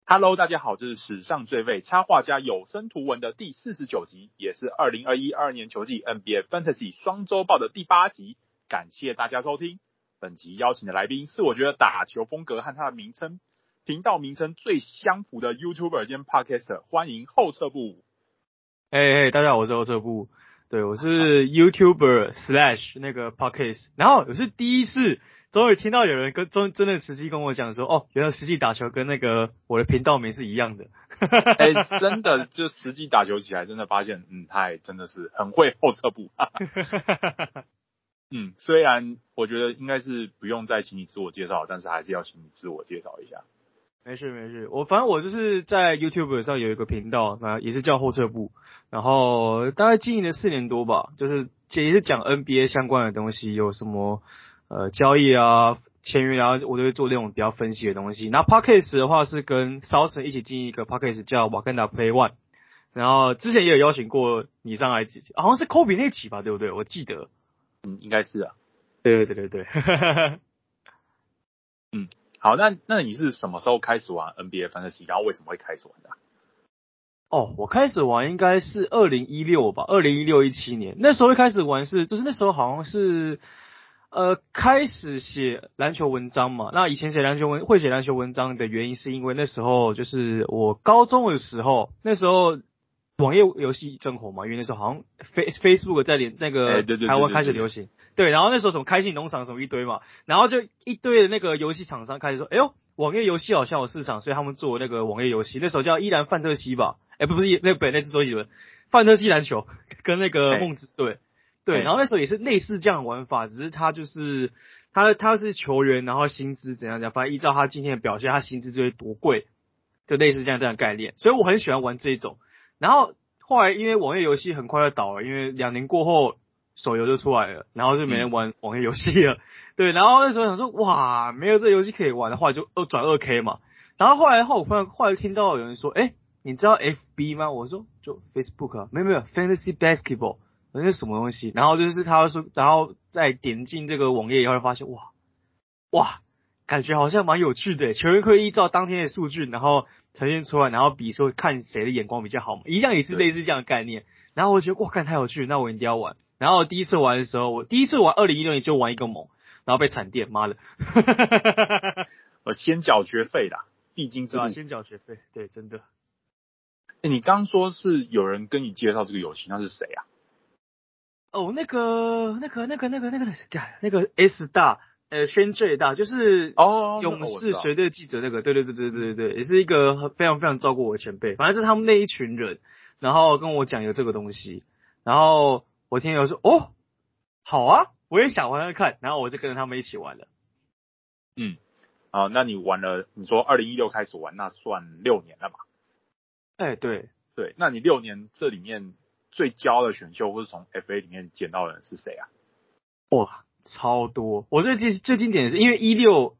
Hello， 大家好，这是史上最废插画家有声图文的第49集，也是2021-22年球季 NBA Fantasy 双周报的第8集。感谢大家收听。本集邀请的来宾是我觉得打球风格和他的频道名称最相符的 YouTuber 兼 Podcaster， 欢迎后撤步。 大家好，我是后撤步。对，我是 YouTuber/ 那个 Podcast， 然后我是第一次终于听到有人真的实际跟我讲说，原来实际打球跟那个我的频道名是一样的。 真的就实际打球起来，真的发现，他还真的是很会后撤步。虽然我觉得应该是不用再请你自我介绍，但是还是要请你自我介绍一下。 没事，反正我就是在 YouTube 上有一个频道，那也是叫后撤步，然后大概经营了4年多吧，就是也是讲 NBA 相关的东西，有什么交易啊、签约啊，我都会做那种比较分析的东西。那 Podcast 的话是跟 Southern 一起经营一个 Podcast 叫瓦干达 Play One， 然后之前也有邀请过你上来，好像是 Kobe 那期吧，对不对？我记得， 应该是啊。 对。 好，那你是什么时候开始玩 NBA Fantasy， 然后为什么会开始玩的？ 我开始玩应该是2016吧，2016-17年，那时候一开始玩就是那时候好像是开始写篮球文章嘛。那以前会写篮球文章的原因是因为那时候就是我高中的时候，那时候网页游戏正红嘛，因为那时候好像Facebook 在那个台湾开始流行。对，然后那时候什么开心农场什么一堆嘛，然后就一堆的那个游戏厂商开始说，网页游戏好像有市场，所以他们做那个网页游戏。那时候叫伊兰范特西吧，不是那支周杰伦，范特西篮球跟那个梦之队。对，然后那时候也是类似这样的玩法，只是他就是他是球员，然后薪资怎样讲，反正依照他今天的表现，他薪资就会多贵，就类似这样的概念。所以我很喜欢玩这种。然后后来因为网页游戏很快就倒了，因为2年过后手游就出来了，然后就没人玩网页游戏了。对，然后那时候想说，哇，没有这游戏可以玩的话，就转2K 嘛。然后后来听到有人说，你知道 FB 吗？我说就 Facebook 啊，没有 Fantasy Basketball， 那是什么东西？然后就是他说，然后再点进这个网页以后，就发现哇，感觉好像蛮有趣的。球员可以依照当天的数据，然后呈现出来，然后比说看谁的眼光比较好嘛，一样也是类似这样的概念。然后我觉得哇，太有趣了，那我一定要玩。然后第一次玩的时候，我第一次玩2016年就玩一个盟，然后被惨电，妈的！ 我先缴学费啦，必经之路。 先缴学费，对，真的。 你刚说是有人跟你介绍这个游戏，那是谁啊？ 那个 S 大，轩 J 大，就是勇士随队记者那个，对，也是一个非常非常照顾我的前辈。反正就是他们那一群人，然后跟我讲有这个东西，然后我听有说好啊，我也想玩玩看，然后我就跟着他们一起玩了。 那你玩了，你说2016开始玩，那算6年了嘛？ 对， 那你6年这里面最骄傲的选秀，或是从 FA 里面捡到的人是谁啊？ 哇，超多！我最经典的是，因为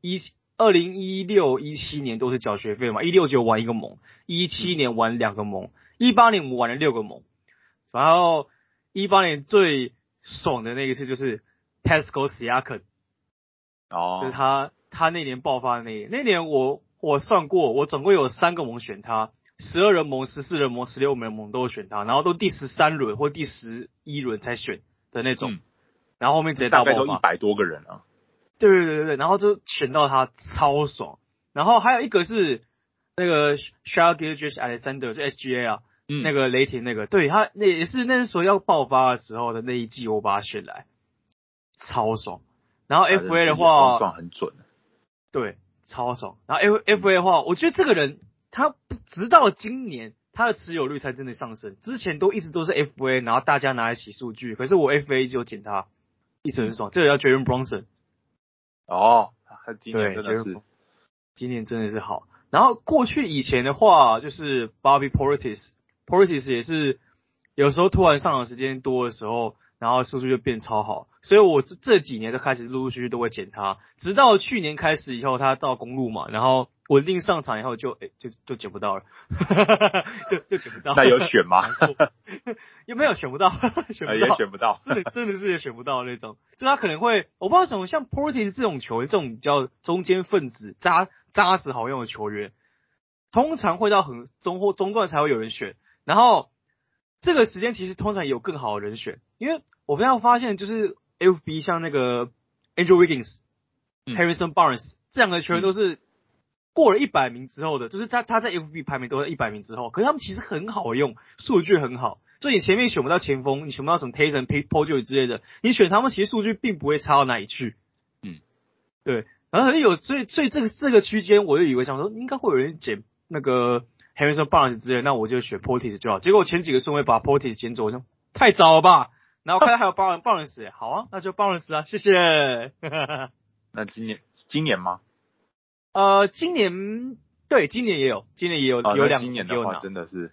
2016-17年都是缴学费嘛，16就玩一个盟，17年玩2个盟，18年我们玩了6个盟，然后18年最爽的那一次就是 Pascal Siakam，就是他那年爆发的那年我算过，我总共有3个盟选他，12人盟、14人盟、16人盟都选他，然后都第13轮或第11轮才选的那种，然后后面直接大爆发， 大概都100多个人啊。 对，然后就选到他超爽。然后还有一个是那个 Shai Gilgeous-Alexander， 就 SGA 啊，那个雷霆那个，对，他那是时候要爆发的时候的那一季，我把他选来，超爽。然后 FA 的话， 算很准， 对，超爽。然后 FA 的话，我觉得这个人他直到今年他的持有率才真的上升，之前一直都是 FA， 然后大家拿来洗数据，可是我 FA 一直有捡他，一直很爽。这个叫 Jalen Brunson。 他今年真的是， 今年真的是好。然后过去以前的话，就是 Bobby Portis 也是有时候突然上场时间多的时候，然后数据就变超好，所以我这几年都开始陆陆续续都会捡他，直到去年开始以后，他到公路嘛，然后稳定上场以后就捡不到了，就捡不到。 那有选吗？ 有没有选不到？ 也选不到， 真的是也选不到那种。就他可能会，我不知道什么，像 Portis 这种球员，这种比较中间分子、扎实好用的球员， 通常会到很中段才会有人选，然后这个时间其实通常有更好的人选，因为我非常发现就是 FB 像那个 Andrew Wiggins、Harrison Barnes 这两个球员都是过了100名之后的，就是他在 FB 排名都在100名之后，可是他们其实很好用，数据很好，所以你前面选不到前锋，你选不到什么 Tatum、Paul George 之类的，你选他们其实数据并不会差到哪里去。对，然后所以这个区间我就以为想说应该会有人捡那个 Harrison Barnes 之类的，那我就选 Portis 就好。结果前几个顺位把 Portis 捡走，我想太早了吧。然后看到还有 Barnes， 好啊，那就 Barnes 啊，谢谢。 那今年吗？ 今年也有有两今年的话真的是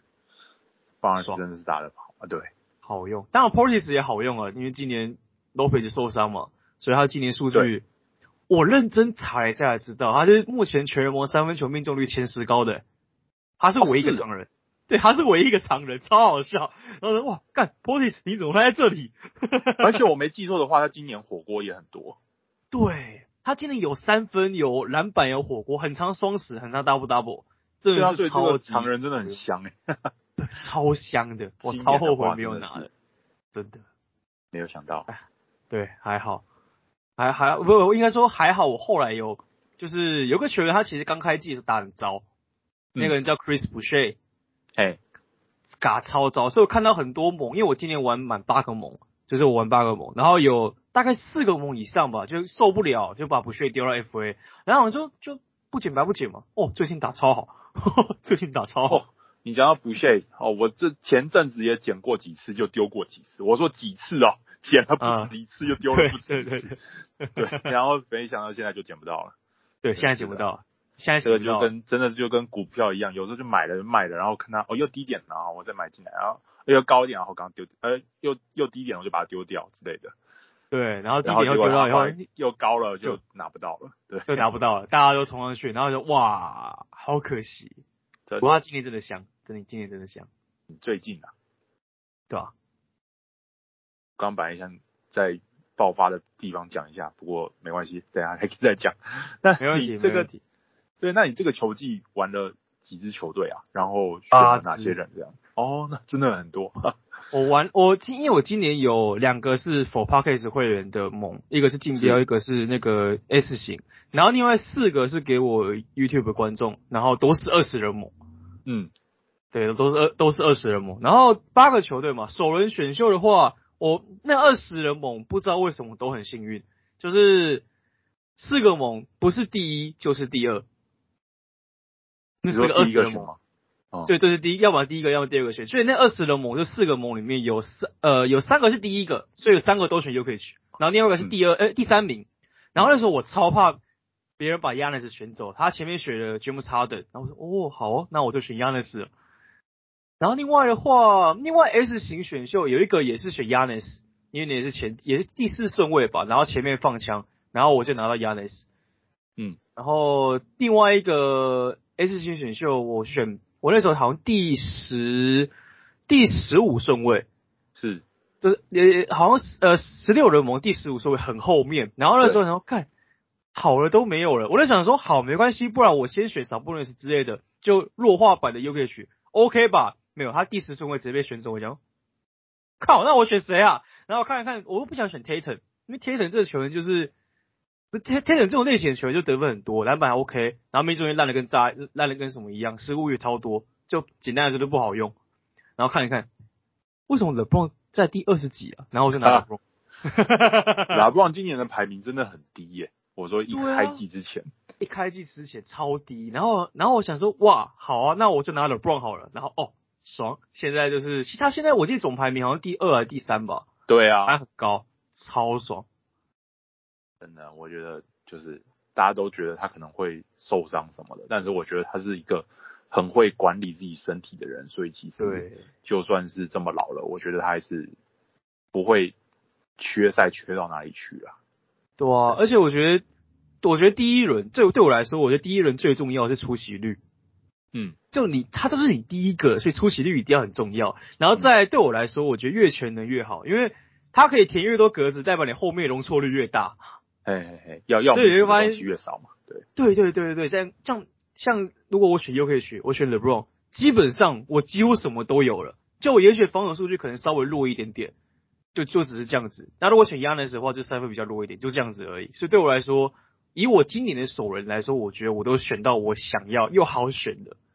Barnes 真的是打得好啊，对， 好用。当然 Portis 也好用啊，因为今年 Lopez 受伤嘛，所以他今年数据我认真查了一下才知道，他是目前全联盟3分球命中率前10高的，他是唯一一个常人。对，他是唯一一个常人，超好笑。然后说哇，干 Portis 你怎么会在这里？ 而且我没记错的话，他今年火锅也很多。 对，他今年有3分，有篮板，有火锅，很常双10，很常 double， 真的是超级。 常人真的很香对，超香的，我超后悔没有拿的，真的没有想到。 对，还好，不，应该说还好。我后来就是有个球员，他其实刚开季是打很糟，那个人叫 Chris Boucher。嘎超糟，所以我看到很多盟，因为我今年玩满8个盟，就是我玩8个盟，然后有大概4个盟以上吧，就受不了，就把不屑丢到 FA， 然后我说就不捡白不捡嘛，最近打超好，最近打超好。 你讲到不屑我这前阵子也捡过几次，就丢过几次，我说几次捡了不止一次，就丢了不止一次，对，然后没想到现在就捡不到了， 对，现在捡不到了。现在这个真的就跟股票一样，有时候就买了卖了，然后看它又低点了，我再买进来，然后又高一点，然后刚丢又低点，我就把它丢掉之类的。 对，然后低点又丢掉以后又高了就拿不到了，对， 就拿不到了，大家都冲上去，然后就哇，好可惜。不过他今年真的香，今年真的香。 最近对吧？ 刚本来想在爆发的地方讲一下，不过没关系，等一下还可以再讲。那你这个对，那你这个球季玩了几支球队啊？然后选了哪些人这样？那真的很多。 因为我今年有2个是 for Podcast 会员的盟，一个是竞标，一个是那个 S 型，然后另外4个是给我 YouTube 的观众，然后都是20人盟。对，都是20人盟，然后8个球队嘛，首轮选秀的话，我那20人盟不知道为什么都很幸运，就是4个盟不是第1就是第2。那是个20人盟，对，这是要么第1个，要么第2个选，所以那20人盟就4个盟里面有3个是第1个，所以有3个都选 Jokic， 然后另外一个是第3名，然后那时候我超怕别人把 Giannis 选走，他前面选了 James Harden， 然后我说好那我就选 Giannis 了。然后另外 S 型选秀有一个也是选 Giannis， 因为也是第4顺位吧，然后前面放枪，然后我就拿到 Giannis。然后另外一个S 型选秀我那时候好像第15顺位，就是好像16人盟第15顺位很后面，然后那时候想说看好了都没有了，我就想说好没关系，不然我先选 Sabonis 之类的，就弱化版的 Jokic OK 吧？没有，他第10顺位直接被选走，我想靠，那我选谁啊？然后看一看，我又不想选 Tatum， 因为 Tatum 这个球员就是Tatum 这种类型的球员就得分很多，篮板还 OK， 然后命中率烂的跟什么一样，失误也超多，就简单来说都不好用。然后看一看，为什么 LeBron 在第20几啊？然后我就拿 LeBron。LeBron 今年的排名真的很低耶，我说一开季之前超低，然后我想说哇好啊，那我就拿 LeBron 好了，然后爽，现在就是他现在我记得总排名好像第2还是第3吧？ 对啊， 还很高，超爽。 真的，我觉得就是大家都觉得他可能会受伤什么的，但是我觉得他是一个很会管理自己身体的人，所以其实就算是这么老了，我觉得他还是不会缺赛缺到哪里去啊。 对啊，而且我觉得第一轮对我来说，我觉得第一轮最重要的是出席率。就他都是你第1个，所以出席率一定要很重要。然后再对我来说，我觉得越全能越好，因为他可以填越多格子，代表你后面容错率越大。 要所以你会发现越少嘛， 对，像像如果我选 UK 我选 LeBron， 基本上我几乎什么都有了，就我也许防守数据可能稍微弱一点点，就只是这样子。那如果选 Giannis 的话，就三分比较弱一点，就这样子而已。所以对我来说，以我今年的首人来说，我觉得我都选到我想要又好选的，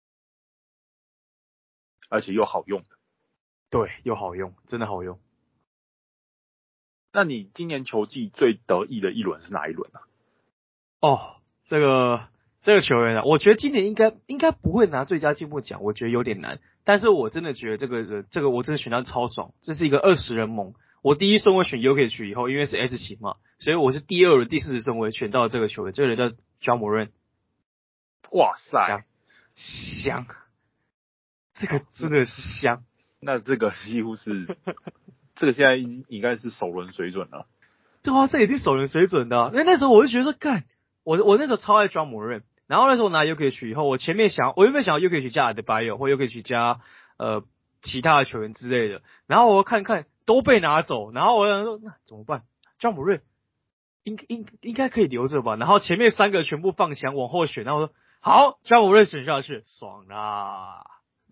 而且又好用的。 对，又好用，真的好用。 那你今年球季最得意的一轮是哪一轮啊？ 哦，这个球员啊，我觉得今年应该不会拿最佳进步奖，我觉得有点难。但是我真的觉得这个我真的选到超爽，这是一个20人盟。我第一顺位选 UK 以后，因为是 S 型嘛，所以我是第二轮第40顺位选到这个球员，这个人叫 Ja Morant。 哇塞， 香，这个真的是香。 那这个几乎是，这个现在应该是首轮水准了。 对啊，这已经首轮水准的啊，因为那时候我就觉得说，干，我那时候超爱 Ja Morant，然后那时候我拿 UK 以后，我原本想要 UK 加 Adebayo 或 UK 加其他的球员之类的，然后我看看都被拿走，然后我想说那怎么办？Ja Morant应该可以留着吧？然后前面3个全部放枪往后选，然后我说好，Ja Morant选下去，爽啦，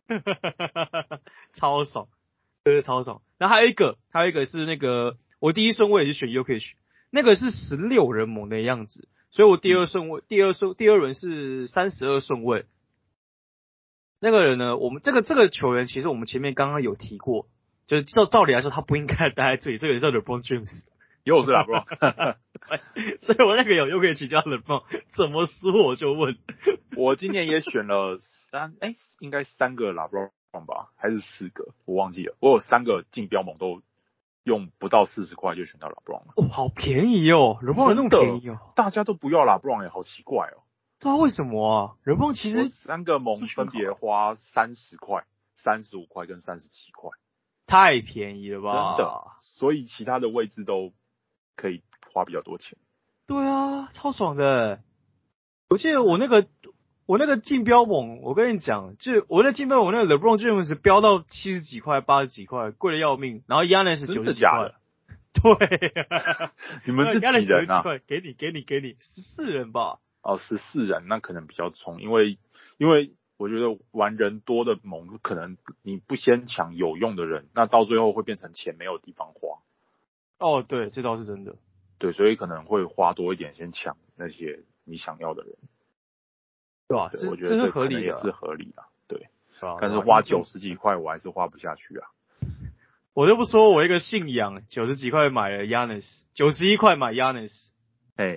超爽，对，超爽。然后还有一个是那个我第一顺位也是选 UK， 那个是16人盟的样子。所以我第二轮是32顺位。那个人呢，我们这个球员其实我们前面刚刚有提过，就是照理来说他不应该待在这里，这个人叫 LeBron James， 又是 LeBron， 所以我那个有 UK 加 LeBron， 怎么输我就问。 我今年也选了应该3个 LeBron 吧，还是4个，我忘记了。我有3个竞标盟都用不到40块就选到 LeBron 了。 哦，好便宜哦 ，LeBron 那么便宜哦， 大家都不要 LeBron 好奇怪哦。 对啊，为什么啊 ？LeBron 其实 3个盟分别花30块、35块跟37块， 太便宜了吧？ 真的，所以其他的位置都可以花比较多钱。 对啊，超爽的。我记得我那个竞标盟，我跟你讲，就我那竞标盟那个 LeBron James 标到70几块、80几块，贵的要命。然后 Giannis 90几块，对， 你们是几人啊？ 给你14人吧。 哦，14人，那可能比较冲，因为我觉得玩人多的盟，可能你不先抢有用的人，那到最后会变成钱没有地方花。 哦，对，这倒是真的。 对，所以可能会花多一点先抢那些你想要的人。 对吧？ 对，我觉得这合理的，也是合理的。对，但是花90几块我还是花不下去啊。 我就不说我一个信仰，90几块买了 Giannis，91块买 Giannis。 哎，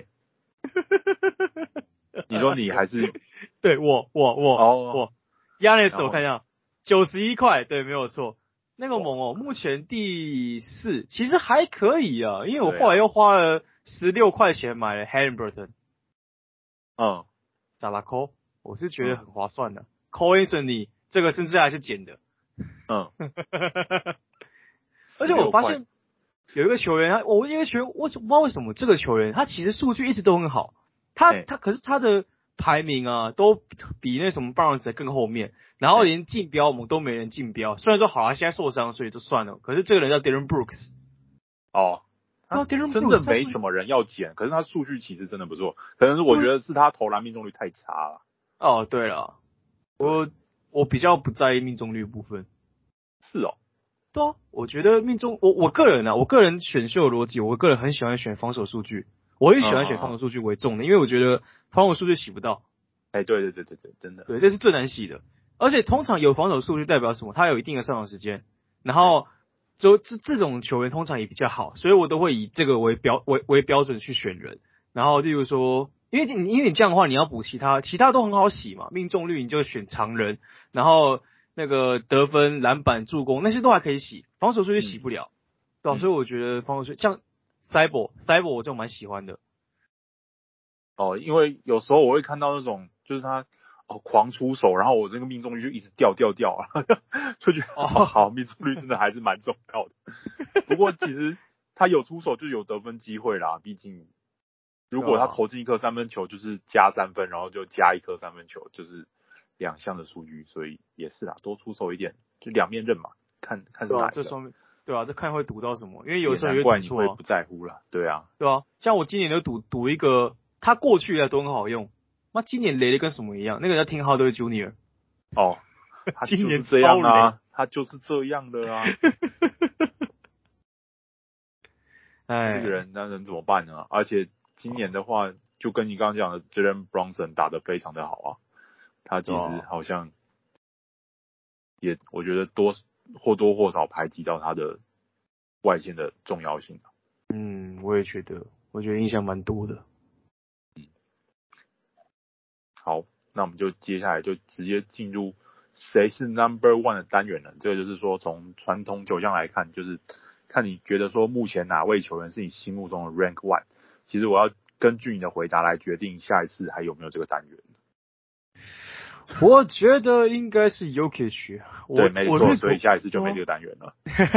你说你还是对我 Giannis 我看一下91块，对，没有错。那个盟目前第4，其实还可以啊，因为我后来又花了16块钱买了 Haliburton。扎拉科，我是觉得很划算的。Cole Anthony 这个甚至还是捡的。而且我发现有一个球员，我不知道为什么这个球员他其实数据一直都很好，可是他的排名啊都比那什么 Barnes 更后面，然后连竞标我们都没人竞标。虽然说好啊，现在受伤所以就算了，可是这个人叫 Dillon Brooks。 哦，他真的没什么人要捡，可是他数据其实真的不错，可能是我觉得是他投篮命中率太差了。 哦，对了，我比较不在意命中率部分。 是哦。 对啊，我觉得我个人选秀逻辑，我个人很喜欢选防守数据，我也喜欢选防守数据为重的，因为我觉得防守数据洗不到。 对，真的。 对，这是最难洗的。而且通常有防守数据代表什么？他有一定的上场时间，然后这种球员通常也比较好，所以我都会以这个为标准去选人。然后例如说，因为你这样的话，你要补其他都很好洗嘛，命中率你就选常人，然后那个得分、篮板、助攻那些都还可以洗，防守数据洗不了。对啊，所以我觉得防守数据像 Cyber 我就蛮喜欢的。 哦，因为有时候我会看到那种就是他狂出手，然后我这个命中率就一直掉啊，就觉得好，命中率真的还是蛮重要的。不过其实他有出手就有得分机会啦，毕竟如果他投进一颗3分球就是加3分，然后就加一颗3分球，就是2项的数据，所以也是啦，多出手一点，就两面刃嘛，看是哪一个。 这双面对啊，这看会赌到什么，因为有时候也难怪你会不在乎啦，对啊， 对啊，像我今年就赌一个，他过去的都很好用， 妈今年雷的跟什么一样？那个叫Tim Hardaway Jr. 哦，他就今年是这样超啊，他就是这样的啊。 哎， 这个人那能怎么办呢？而且今年的话，就跟你刚刚讲的 Jalen Brunson 打得非常的好啊，他其实好像也我觉得或多或少排挤到他的外线的重要性。 我也觉得，影响蛮多的。 好，那我们就接下来就直接进入谁是 Number One 的单元了。这个就是说，从传统球项来看，就是看你觉得说目前哪位球员是你心目中的 Rank One。其实我要根据你的回答来决定下一次还有没有这个单元。 我觉得应该是 Jokic。 对，没错，所以下一次就没这个单元了。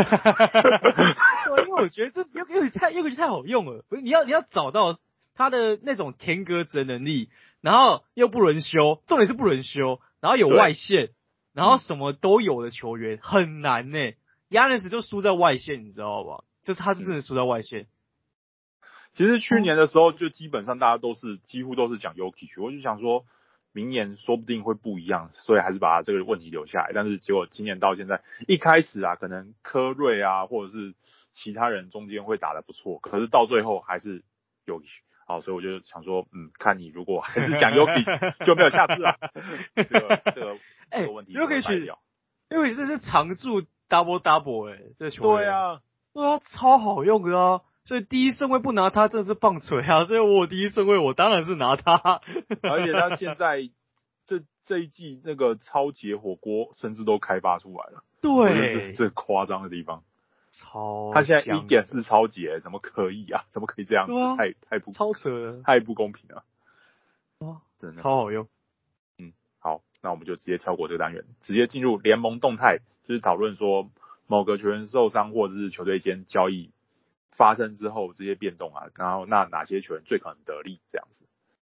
因为我觉得这 Jokic 太好用了，你要找到他的那种填格子的能力，然后又不轮休，重点是不轮休，然后有外线，然后什么都有的球员很难呢。Giannis 就输在外线，你知道吧？就是他是真的输在外线。 其实去年的时候，就基本上大家几乎都是讲 Jokic， 我就想说明年说不定会不一样，所以还是把这个问题留下来。但是结果今年到现在，一开始啊，可能科瑞啊，或者是其他人中间会打得不错，可是到最后还是 Jokic。好，所以我就想说，看你如果还是讲 Jokic 就没有下次了。这个问题 Jokic 这是常驻 double 这球员。对啊，超好用的啊。所以第一顺位不拿他真的是棒槌啊！所以我第一顺位我当然是拿他。 而且他现在这一季那个超级火锅甚至都开发出来了。 对， 这是最夸张的地方。 他现在1.4超级怎么可以啊？怎么可以这样子？太不超扯了， 太不公平了。真的超好用。 好，那我们就直接跳过这个单元，直接进入联盟动态，就是讨论说某个球员受伤或者是球队间交易发生之后这些变动啊，然后哪些球员最可能得利这样子。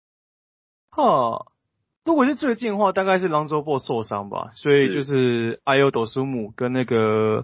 如果是最近的话，大概是朗佐波受伤吧，所以就是阿尤斗苏姆跟那个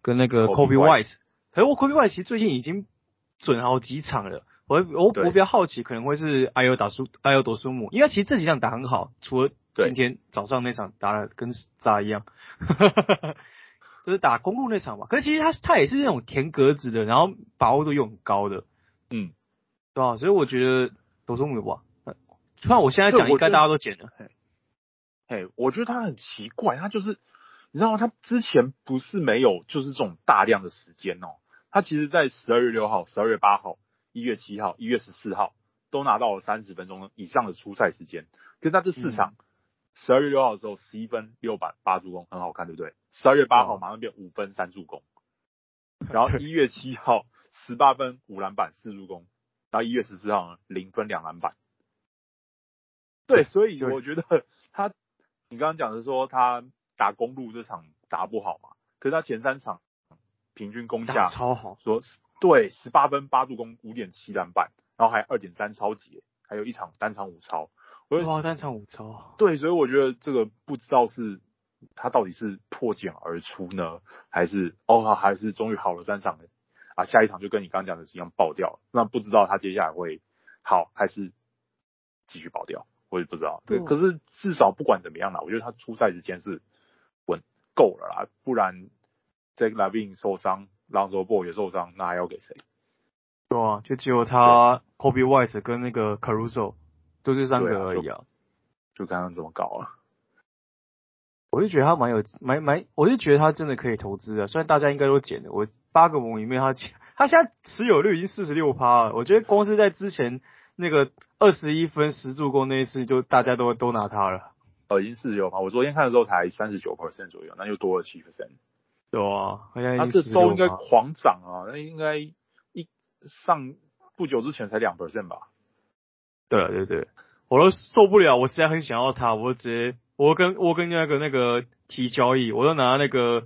Kobe White。可是Kobe White 其实最近已经准好几场了。我比较好奇，可能会是阿尤斗苏姆，因为其实这几场打很好，除了今天早上那场打得跟渣一样。就是打公路那场嘛，可是其实他也是那种填格子的，然后把握度又很高的，对吧？所以我觉得斗苏姆吧，突然我现在讲应该大家都捡了。 我觉得他很奇怪，他就是你知道吗？他之前不是没有就是这种大量的时间哦，他其实在12月6号、12月8号、1月7号、1月14号都拿到了30分钟以上的出赛时间，可是他这4场。12月6号的时候11分6板8助攻很好看，对不对？12月8号马上变5分3助攻，然后1月7号18分5篮板4助攻，然后1月14号0分2篮板。对，所以我觉得你刚刚讲的说他打公路这场打不好嘛，可是他前3场平均攻下超好， 说对18分8助攻 5.7 篮板，然后还 2.3 超级，还有一场单场5超。 哇，单场5超。 对，所以我觉得这个不知道是他到底是破茧而出呢，还是终于好了3场啊，下一场就跟你刚刚讲的一样爆掉了。那不知道他接下来会好还是继续爆掉，我也不知道。对，可是至少不管怎么样啦，我觉得他出赛时间是够了啦，不然 Zach LaVine 受伤，朗佐波也受伤，那还要给谁？ 对啊，就只有他 Kobe White 跟那个 Caruso。就这3个而已啊， 就看他怎么搞啊。 我就觉得他我就觉得他真的可以投资啊。虽然大家应该都捡了，我8个盟里面他现在持有率已经 46% 了。我觉得光是在之前那个21分10助攻那一次，就大家都拿他了。 已经46%，我昨天看的时候才 39% 左右，那又多了7%。 对啊， 他这周应该狂涨啊，那应该不久之前才2% 吧。 对，我都受不了，我实在很想要他，我跟那个提交易，我都拿那个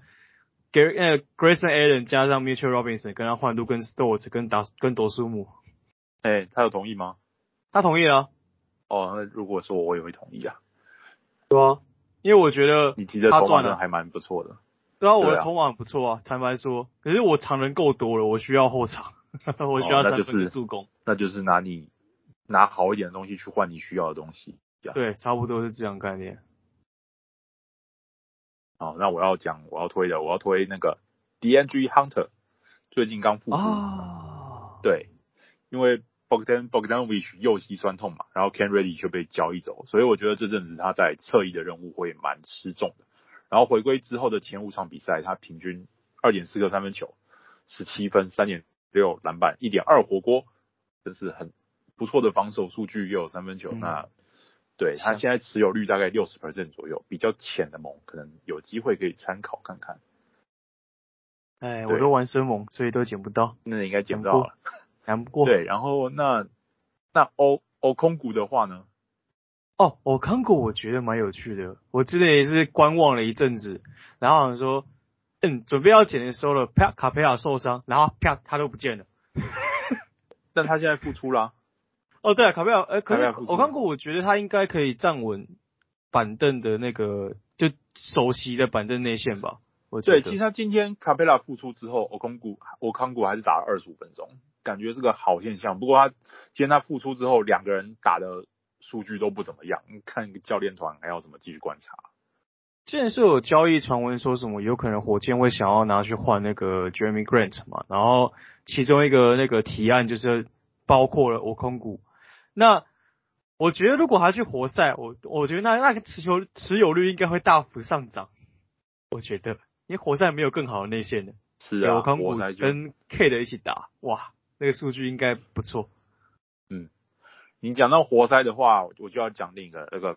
Grayson Allen 加上 Mitchell Robinson 跟他换路跟 Stort 跟斗苏姆。 他有同意吗？ 他同意了。 那如果说我也会同意啊。 对啊，因为我觉得你提的筹码还蛮不错的。 对啊，我的筹码很不错啊，坦白说，可是我场人够多了，我需要后场，我需要3分的助攻。 那就是拿好一点的东西去换你需要的东西。 对，差不多是这样概念。 好，那我要推那个 DNG Hunter， 最近刚复出。对，因为 Bogdanovic 右膝酸痛嘛，然后 Ken Reddy 就被交易走，所以我觉得这阵子他在侧翼的任务会蛮吃重的。然后回归之后的前5场比赛，他平均 2.4 个三分球，17分，3.6篮板，1.2火锅，这是很不错的防守数据，又有三分球。那对他现在持有率大概 60% 左右，比较浅的盟可能有机会可以参考看看。 哎，我都玩生盟，所以都捡不到。 那应该捡不到了， 难不过。 对，然后那欧空谷的话呢？ 欧康谷我觉得蛮有趣的，我之前也是观望了一阵子，然后好像说，准备要捡的时候了，啪，卡佩拉受伤，然后啪，他都不见了。 但他现在复出啦。 对啊，卡佩拉，可是欧康谷我觉得他应该可以站稳板凳的那个，就首席的板凳内线吧。 对，其实他今天卡佩拉复出之后，欧康谷还是打了25分钟，感觉是个好现象。不过今天他复出之后，两个人打的数据都不怎么样，看教练团还要怎么继续观察。 之前是有交易传闻说什么有可能火箭会想要拿去换那个 Jeremy Grant 嘛，然后其中一个那个提案就是包括了欧康谷。那我觉得如果他去活塞，我觉得那个持有率应该会大幅上涨。我觉得，因为活塞没有更好的内线的。 是啊， 欧康谷跟 K 的一起打，哇，那个数据应该不错。 你讲到活塞的话，我就要讲另一个那个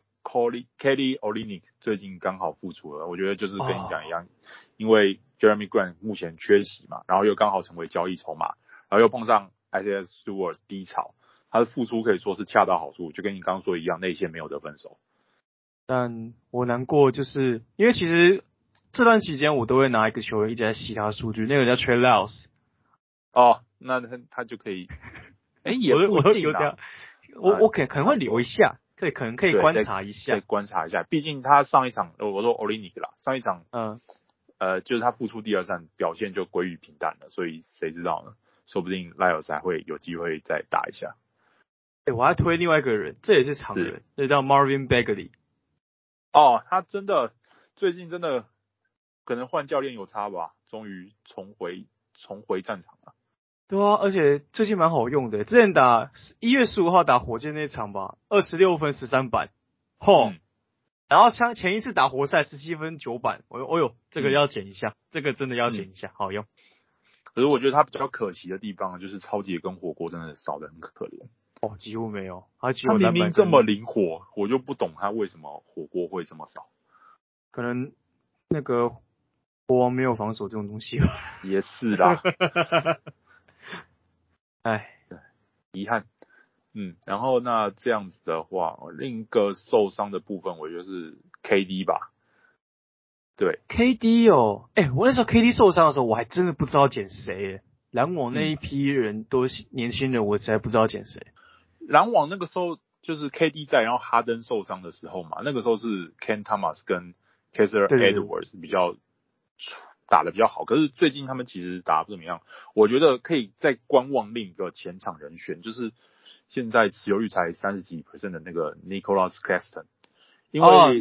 Kelly Olynyk 最近刚好复出了，我觉得就是跟你讲一样，因为 Jeremy Grant 目前缺席嘛，然后又刚好成为交易筹码，然后又碰上 Isaiah Stewart 低潮，他的复出可以说是恰到好处，就跟你刚刚说一样，内线没有得分手。 但我难过就是因为其实这段期间我都会拿一个球员一直在洗他的数据，那个叫 Trey Lyles。 那他就可以，也不一定啦。 我可能会留一下，可能可以观察一下， 可以观察一下。毕竟他上一场，我说 Olynyk 啦，上一场，就是他复出第2战表现就归于平淡了，所以谁知道呢？说不定 Lyles 还会有机会再打一下。 我还推另外一个人，这也是常人，这叫 Marvin Bagley。 他真的最近真的可能换教练有差吧，终于重回战场了。 对啊，而且最近蛮好用的。之前1月15号打火箭那场吧，26分13板，然后前一次打活塞17分9板，这个要捡一下，这个真的要捡一下，好用。 可是我觉得他比较可惜的地方就是超级跟火锅真的少得很可怜。 几乎没有。 他明明这么灵活，我就不懂他为什么火锅会这么少。 可能那个国王没有防守这种东西吧。 也是啦。遗憾。然后那这样子的话，另一个受伤的部分，我觉得是 KD 吧。对 ，KD 我那时候 KD 受伤的时候，我还真的不知道捡谁。篮网那一批人都是年轻人，我实在不知道捡谁。 篮网那个时候就是 KD 在，然后哈登受伤的时候嘛，那个时候是 Ken Thomas 跟 Kessler Edwards 比较打得比较好，可是最近他们其实打得不怎么样。我觉得可以再观望另一个前场人选，就是现在持有率才30几%的那个 Nicholas Claxton， 因为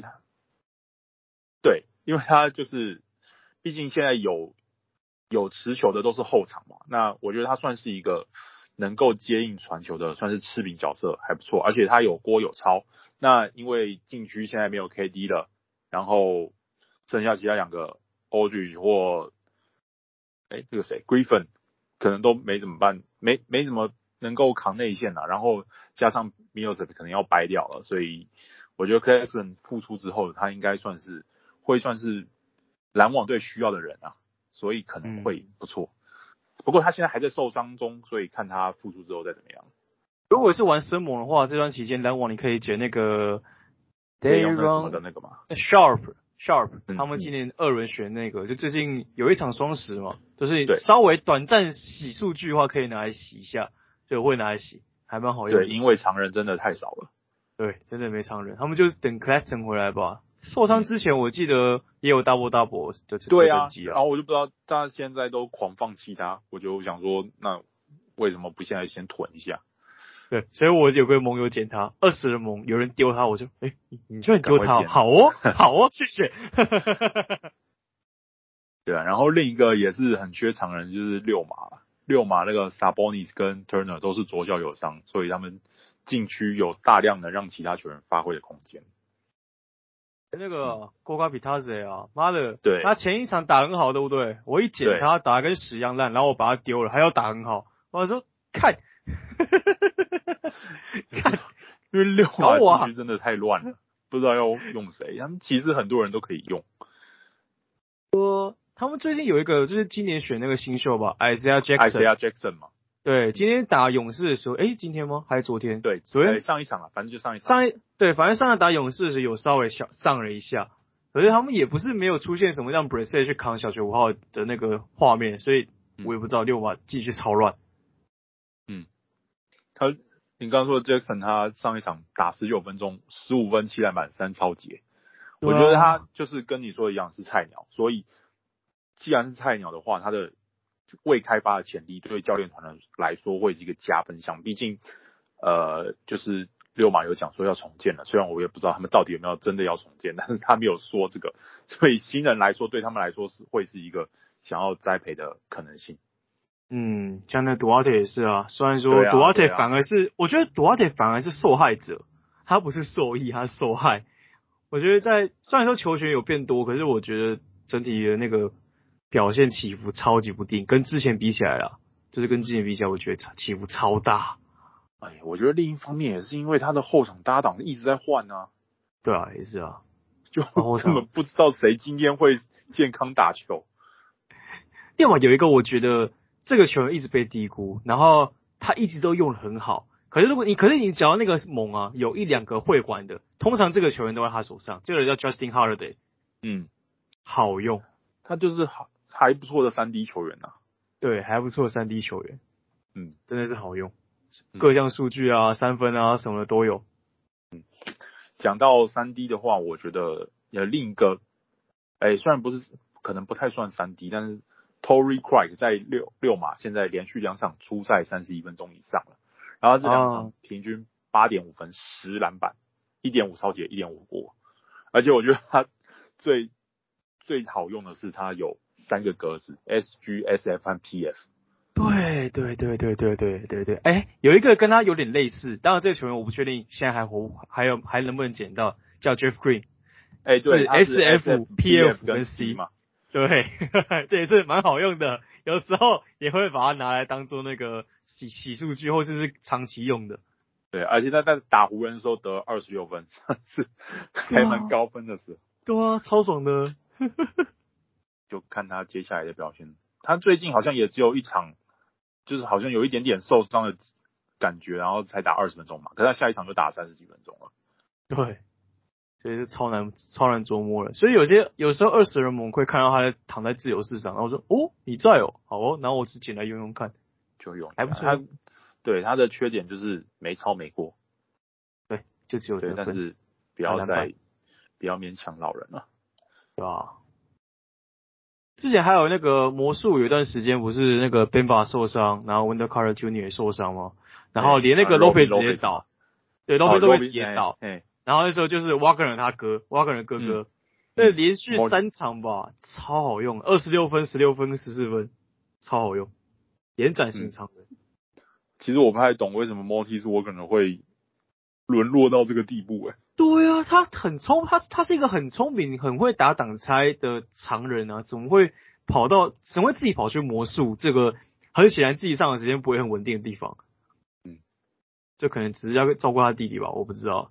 因为他就是毕竟现在有持球的都是后场嘛，那我觉得他算是一个能够接应传球的，算是吃饼角色还不错，而且他有锅有超。那因为禁区现在没有 KD 了，然后剩下其他2个 Aldridge 或这个谁 Griffin 可能都没怎么办，没怎么能够扛内线然后加上 Millsap 可能要掰掉了，所以我觉得 Claxton 复出之后，他应该算是篮网队需要的人所以可能会不错。不过他现在还在受伤中，所以看他复出之后再怎么样。 如果是玩生猛的话，这段期间篮网你可以捡那个 Dayron 的那个嘛 Sharp，他们今年2轮选那个，就最近有一场双10嘛，就是稍微短暂洗数据的话，可以拿来洗一下，就会拿来洗，还蛮好用的。 对，因为常人真的太少了。 对，真的没常人，他们就是等 Claxton 回来吧。受伤之前我记得也有 double 的对啊，然后我就不知道大家现在都狂放弃他，我就想说，那为什么不现在先囤一下？ 对，所以我有个盟友捡他，20人盟，有人丢他，我就你居然丢他，好哦，好哦，谢谢。 对啊，然后另一个也是很缺常人，就是六马那个 Sabonis 跟 Turner 都是左脚有伤，所以他们禁区有大量的让其他球员发挥的空间。 那个Goga Bitadze 啊，妈的， 对， 他前一场打很好，对不对？我一捡他打得跟屎一样烂，然后我把他丢了，还要打很好，我说看， 因为六马禁区真的太乱了，不知道要用谁。他们其实很多人都可以用。 他们最近有一个就是今年选那个新秀吧 ，Isaiah Jackson 嘛。 对，今天打勇士的时候，今天吗？还是昨天？ 对， 昨天上一场啊，反正就上一场。 对，反正上次打勇士的时候有稍微上了一下，可是他们也不是没有出现什么让 Brissett 去扛小球5号的那个画面，所以我也不知道六马继续超乱。 你刚刚说的 Jackson 他上一场打19分钟，15分7篮板3抄截，我觉得他就是跟你说的一样是菜鸟，所以既然是菜鸟的话，他的未开发的潜力对教练团来说会是一个加分项。毕竟就是六马有讲说要重建了，虽然我也不知道他们到底有没有真的要重建，但是他没有说这个，所以新人来说对他们来说会是一个想要栽培的可能性。 像那 Duarte 也是啊，虽然说 Duarte 反而是，我觉得 Duarte 反而是受害者，他不是受益，他是受害。我觉得虽然说球权有变多，可是我觉得整体的那个表现起伏超级不定，跟之前比起来啦，就是跟之前比起来，我觉得起伏超大。 我觉得另一方面也是因为他的后场搭档一直在换啊。 对啊，也是啊， 就根本不知道谁今天会健康打球。 另外有一个我觉得这个球员一直被低估，然后他一直都用得很好。可是你只要那个猛啊，有1-2个会玩的，通常这个球员都在他手上。这个人叫 Justin Holiday， 好用， 他就是还不错的3D 球员啊。 对，还不错的3D 球员，真的是好用，各项数据啊、3分啊什么的都有。 讲到3D 的话，我觉得另一个，虽然可能不太算3D，但是 Torrey Craig 在六马现在连续2场出赛31分钟以上了，然后这2场平均8.5分、10篮板、1.5抄截、1.5锅，而且我觉得他最好用的是他有3个格子 SG、SF 和 PF。 对，有一个跟他有点类似，当然这个球员我不确定现在还能不能捡到，叫 Jeff Green， 对， 是 SF、PF 跟 C 嘛， 对，这也是蛮好用的，有时候也会把它拿来当做那个洗数据或者是长期用的。 对，而且他在打湖人的时候得26分，是还蛮高分的事。 对啊，超爽的。 就看他接下来的表现，他最近好像也只有1场。就是好像有一点点受伤的感觉，然后才打20分钟嘛，可是他下一场就打30几分钟了。 对，所以是超难琢磨了。所以有时候20人盟会看到他躺在自由市上，然后说你在好哦，然后我只捡来用用看， 就用还不错。 对他的缺点就是没超没过， 对，就只有得分， 但是不要勉强老人了， 对吧？之前还有那个魔术有一段时间不是那个 Bamba 受伤，然后 Wendell Carter Jr. 也受伤吗？然后连那个 Lopez 直接倒，对 ，Lopez 都会直接倒。然后那时候就是 Wagner 他哥 ，Wagner 哥哥，那连续3场吧，超好用，26分、16分、14分，超好用，延展性长的。 其实我不太懂为什么 Mortis Wagner 会沦落到这个地步对啊，他很他是一个很聪明、很会打挡拆的常人啊，怎么会自己跑去魔术这个很显然自己上的时间不会很稳定的地方？这可能只是要照顾他弟弟吧，我不知道。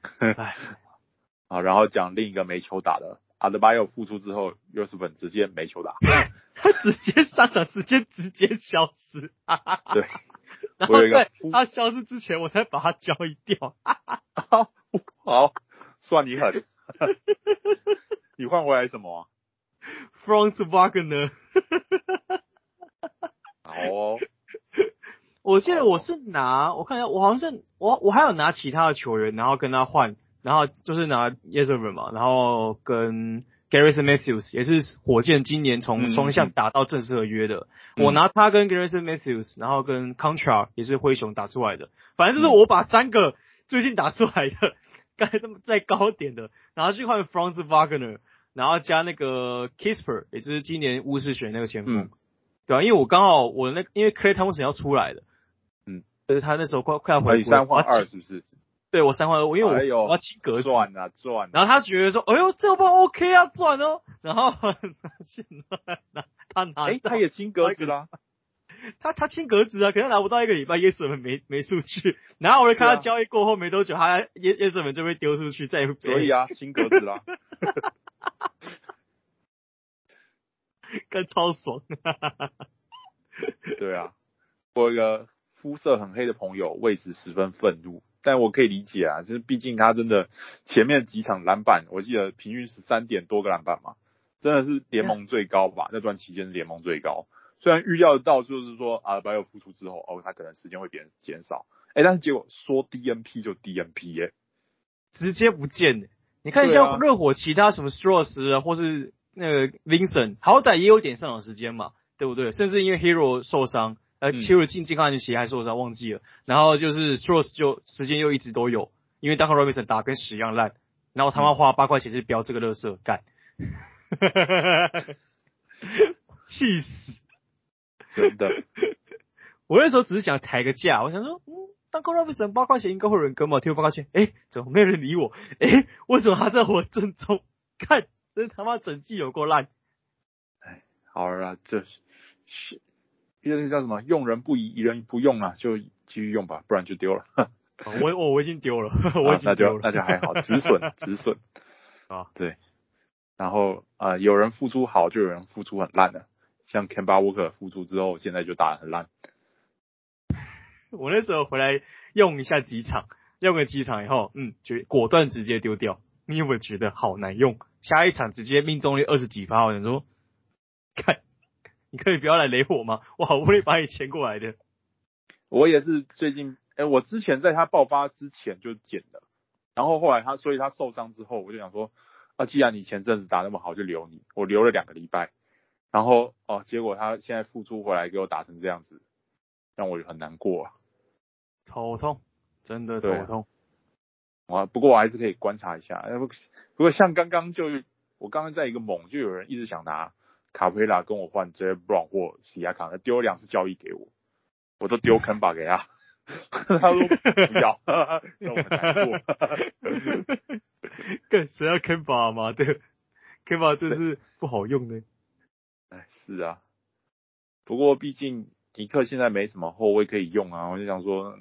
然后讲另一个没球打的 Adebayo 复出之后，Yurtseven 直接没球打， 他直接上场直接消失。 对， 然后在他消失之前，我才把他交易掉。 好，算你狠。你换回来什么 ？Franz Wagner。 好哦。 我记得我看一下，我好像是我还有拿其他的球员，然后跟他换，然后就是拿 Yurtseven 嘛，然后跟 Garrison Matthews 也是火箭今年从双向打到正式合约的，我拿他跟 Garrison Matthews， 然后跟 Contra 也是灰熊打出来的，反正就是我把3个最近打出来的，该这么再高点的，然后去换 Franz Wagner， 然后加那个 Kisper， 也就是今年巫师选那个前锋，对啊，因为我刚好因为 Klay Thompson 要出来的，就是他那时候快要回国，3换2 是不是？ 对，我3换2，因为我要清格子， 赚， 然后他觉得说，哎呦，这个包 OK 啊，赚哦，然后现在他拿， 他也清格子啦， 他清格子啊，可能拿不到1个礼拜 Yesman 没数据，然后我就看他交易过后没多久，他Yesman 就被丢出去，再也所以啊，清格子啦， 跟超爽， 对啊，我有一个肤色很黑的朋友为此十分愤怒。但我可以理解啊，就是毕竟他真的前面几场篮板，我记得平均13点多个篮板嘛，真的是联盟最高吧？那段期间是联盟最高。虽然预料得到，就是说阿巴约复出之后，他可能时间会减少，但是结果说 DNP 就 DNP 耶， 直接不见。你看像热火其他什么 Strauss 啊，或是那个 Vincent， 好歹也有点上场时间嘛，对不对？甚至因为 Hero 受伤。Hero 进健康鞋还受伤忘记了，然后就是 Strauss 就时间又一直都有，因为Duncan Robinson 打跟屎一样烂，然后他妈花8块钱去标这个垃圾干，气死， 真的。 我那时候只是想抬个价，我想说Duncan Robinson 8块钱应该会有人跟嘛，贴8块钱，怎么没有人理我？为什么他在我正中？看，真他妈整季有够烂。 好了啦，这是。那个叫什么？用人不疑，疑人不用啊，就继续用吧，不然就丢了。 我已经丢了，我已经丢了， 那就还好，止损啊， 对。然后有人付出好，就有人付出很烂的，像 Kemba Walker 付出之后，现在就打得很烂。 我那时候回来用一下几场，用个几场以后，果断直接丢掉。你有没有觉得好难用？下一场直接命中率20几%，我想说，看。你可以不要来雷我吗？我好不容易把你签过来的。 我也是最近，我之前在他爆发之前就捡了，然后后来所以他受伤之后，我就想说，既然你前阵子打那么好，就留你。我留了2个礼拜，然后结果他现在复出回来给我打成这样子，让我很难过啊， 头痛，真的头痛。 不过我还是可以观察一下。不过像刚刚我刚刚在一个猛，就有人一直想拿卡佩拉跟我换 Jalen Brown 或西亚卡，丢了2次交易给我，我都丢 Kemba 给他，他说不要，让我很难过。 更谁要 Kemba 嘛？对 ，Kemba 真是不好用的。 是啊，不过毕竟尼克现在没什么后卫可以用啊，我就想说，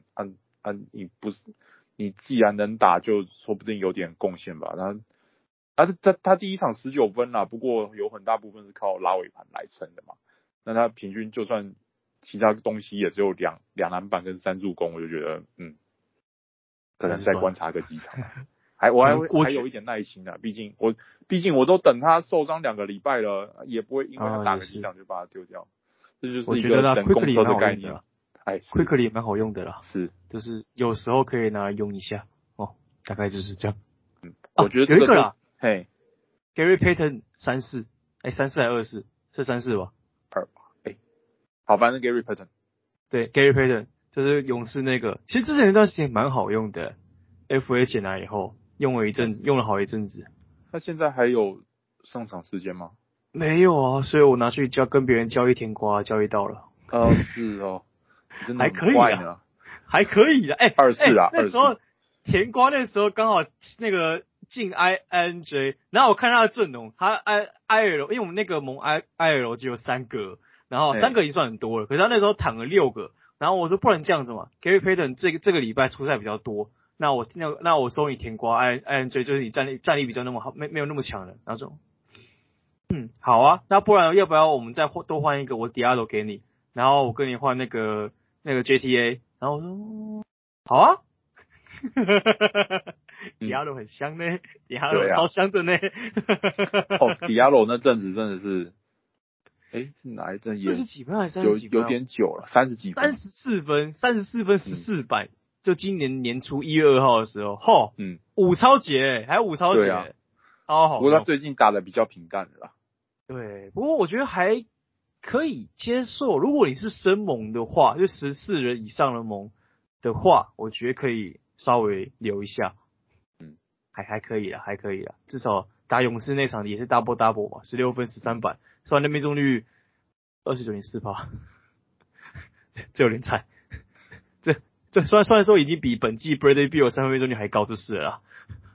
你既然能打，就说不定有点贡献吧。他第一场19分啦，不过有很大部分是靠拉尾盘来撑的嘛。那他平均就算其他东西也只有2篮板跟3助攻，我就觉得可能再观察个几场。我还有一点耐心啊，毕竟我都等他受伤2个礼拜了，也不会因为他打个几场就把他丢掉。这就是一个等公车的概念。 Quickly 也蛮好用的啦， 是， 就是有时候可以拿来用一下大概就是这样。 我觉得有一个啦。 嘿 ，Gary Payton 34，34还24，是34吧 ？2吧，好，反正 Gary Payton， 对 ，Gary Payton 就是勇士那个，其实之前一段时间蛮好用的 ，FA 捡来以后用了好一阵子。 他现在还有上场时间吗？ 没有啊，所以我拿去跟别人交易甜瓜，交易到了。 是哦，真的还可以啊，还可以的。 24啊， 那时候甜瓜那时候刚好那个。进 INJ， 然后我看他的阵容，他 IL， 因为我们那个盟 IL 只有3个，然后3个已经算很多了，可是他那时候躺了6个，然后我说不然这样子嘛 ，Gary Payton 这个礼拜出赛比较多，那我收你甜瓜 INJ， 就是你战力比较那么好，没有那么强的，然后说，好啊，那不然要不要我们再多换一个，我 Diallo 给你，然后我跟你换那个 JTA， 然后我说好啊。Diallo 很香呢，Diallo 超香的呢。 Diallo 那阵子真的是，是哪一阵也 40几分还是30几分？ 有点久了，30几分 ，34分14板，就今年年初1月2号的时候，5超节，还有5超节， 超好用。 不过他最近打的比较平淡了啦。 对，不过我觉得还可以接受。如果你是生盟的话，就14人以上的盟的话，我觉得可以稍微留一下。还可以啦，还可以啦。至少打勇士那场也是 double double 嘛，16分13板，虽然那命中率29.4%，这有点惨。这虽然说已经比本季 Bradley Beal 三分命中率还高就是了啦。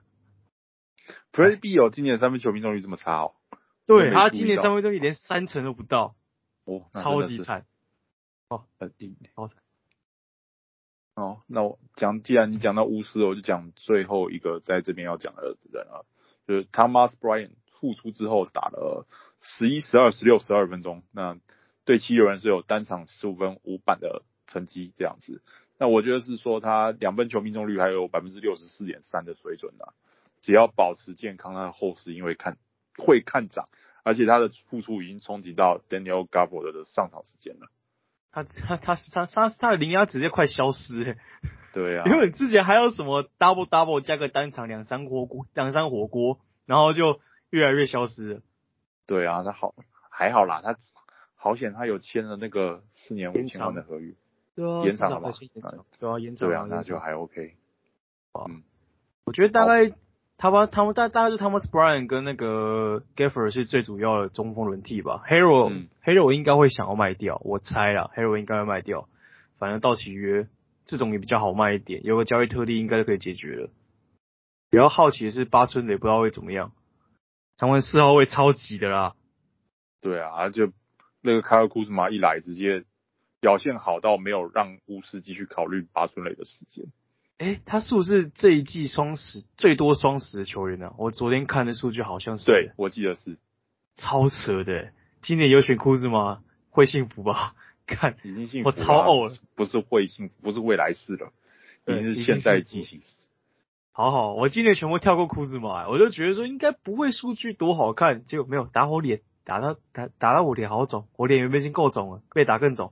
Bradley Beal 今年三分球命中率这么差哦？ 对，他今年三分命中率连30%都不到， 超级惨。 很硬， 好惨。 那我既然你讲到巫师，我就讲最后一个在这边要讲的人啊，就是 Thomas Bryant 复出之后打了11、12、16、12分钟，那对七六人是有单场15分5板的成绩这样子。那我觉得是说他两分球命中率还有 64.3% 的水准啊，只要保持健康，他的后势因为会看涨，而且他的复出已经冲击到 Daniel Gafford 的上场时间了。 他的零压直接快消失对啊， 因为之前还有什么 double 加个单场两三火锅，然后就越来越消失了。 对啊，还好啦，他好险他有签了那个4年5000万的合约， 对啊， 延长了吧？ 对啊，延长。 对啊，那就还 OK。 我觉得大概大概就 Thomas Bryant 跟那个 Gafford 是最主要的中锋轮替吧。Hero 应该会想要卖掉，我猜啦 ，Hero 应该会卖掉。反正到期约这种也比较好卖一点，有个交易特例应该就可以解决了。比较好奇的是八村垒不知道会怎么样，他们4号位超级的啦。 对啊，就那个凯尔库兹马一来，直接表现好到没有让巫师继续考虑八村垒的时间。 他是不是这一季最多双10的球员呢？我昨天看的数据好像是。 对，我记得是。 超扯的，今年有选库兹吗？会幸福吧？看， 已经幸福了， 我超呕了。 不是会幸福，不是未来式了，已经是现在进行时。 好，我今年全部跳过库兹马，我就觉得说应该不会数据多好看，结果没有打我脸，打到我脸好肿，我脸原本已经够肿了，被打更肿。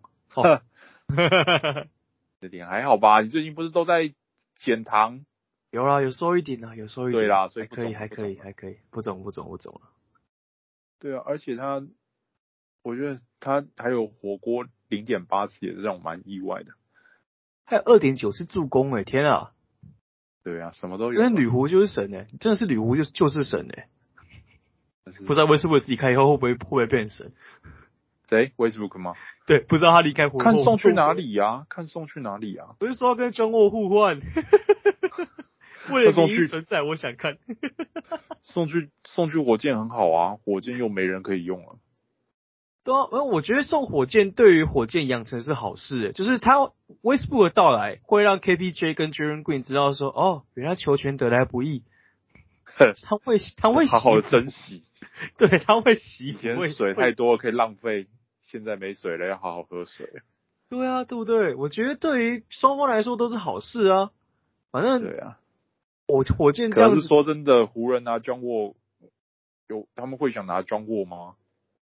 这点还好吧？你最近不是都在减糖？ 有啦，有收一点啦，有收一点。 对啦，所以还可以，不肿了。 对啊，而且我觉得他还有火锅0.8次，也是让我蛮意外的。 还有2.9次助攻天啊！ 对啊，什么都有。 真的女狐就是神真的是女狐就是神不知道威斯布鲁克离开以后会不会变神？ 谁？威斯布鲁克吗？ 对，不知道他离开看送去哪里啊？ 不是说要跟庄沃互换？为了名义存在，我想看。 送去火箭很好啊，火箭又没人可以用了。 对啊，我觉得送火箭对于火箭养成是好事就是他威斯布鲁克的到来会让 KPJ 跟 Jalen Green 知道说，原来球权得来不易，他会好好的珍惜。 对，他会洗。以前水太多可以浪费，现在没水了要好好喝水。 对啊，对不对？我觉得对于双方来说都是好事啊。反正对啊， 火箭这样子。 可是说真的，湖人拿John Wall他们会想拿John Wall吗？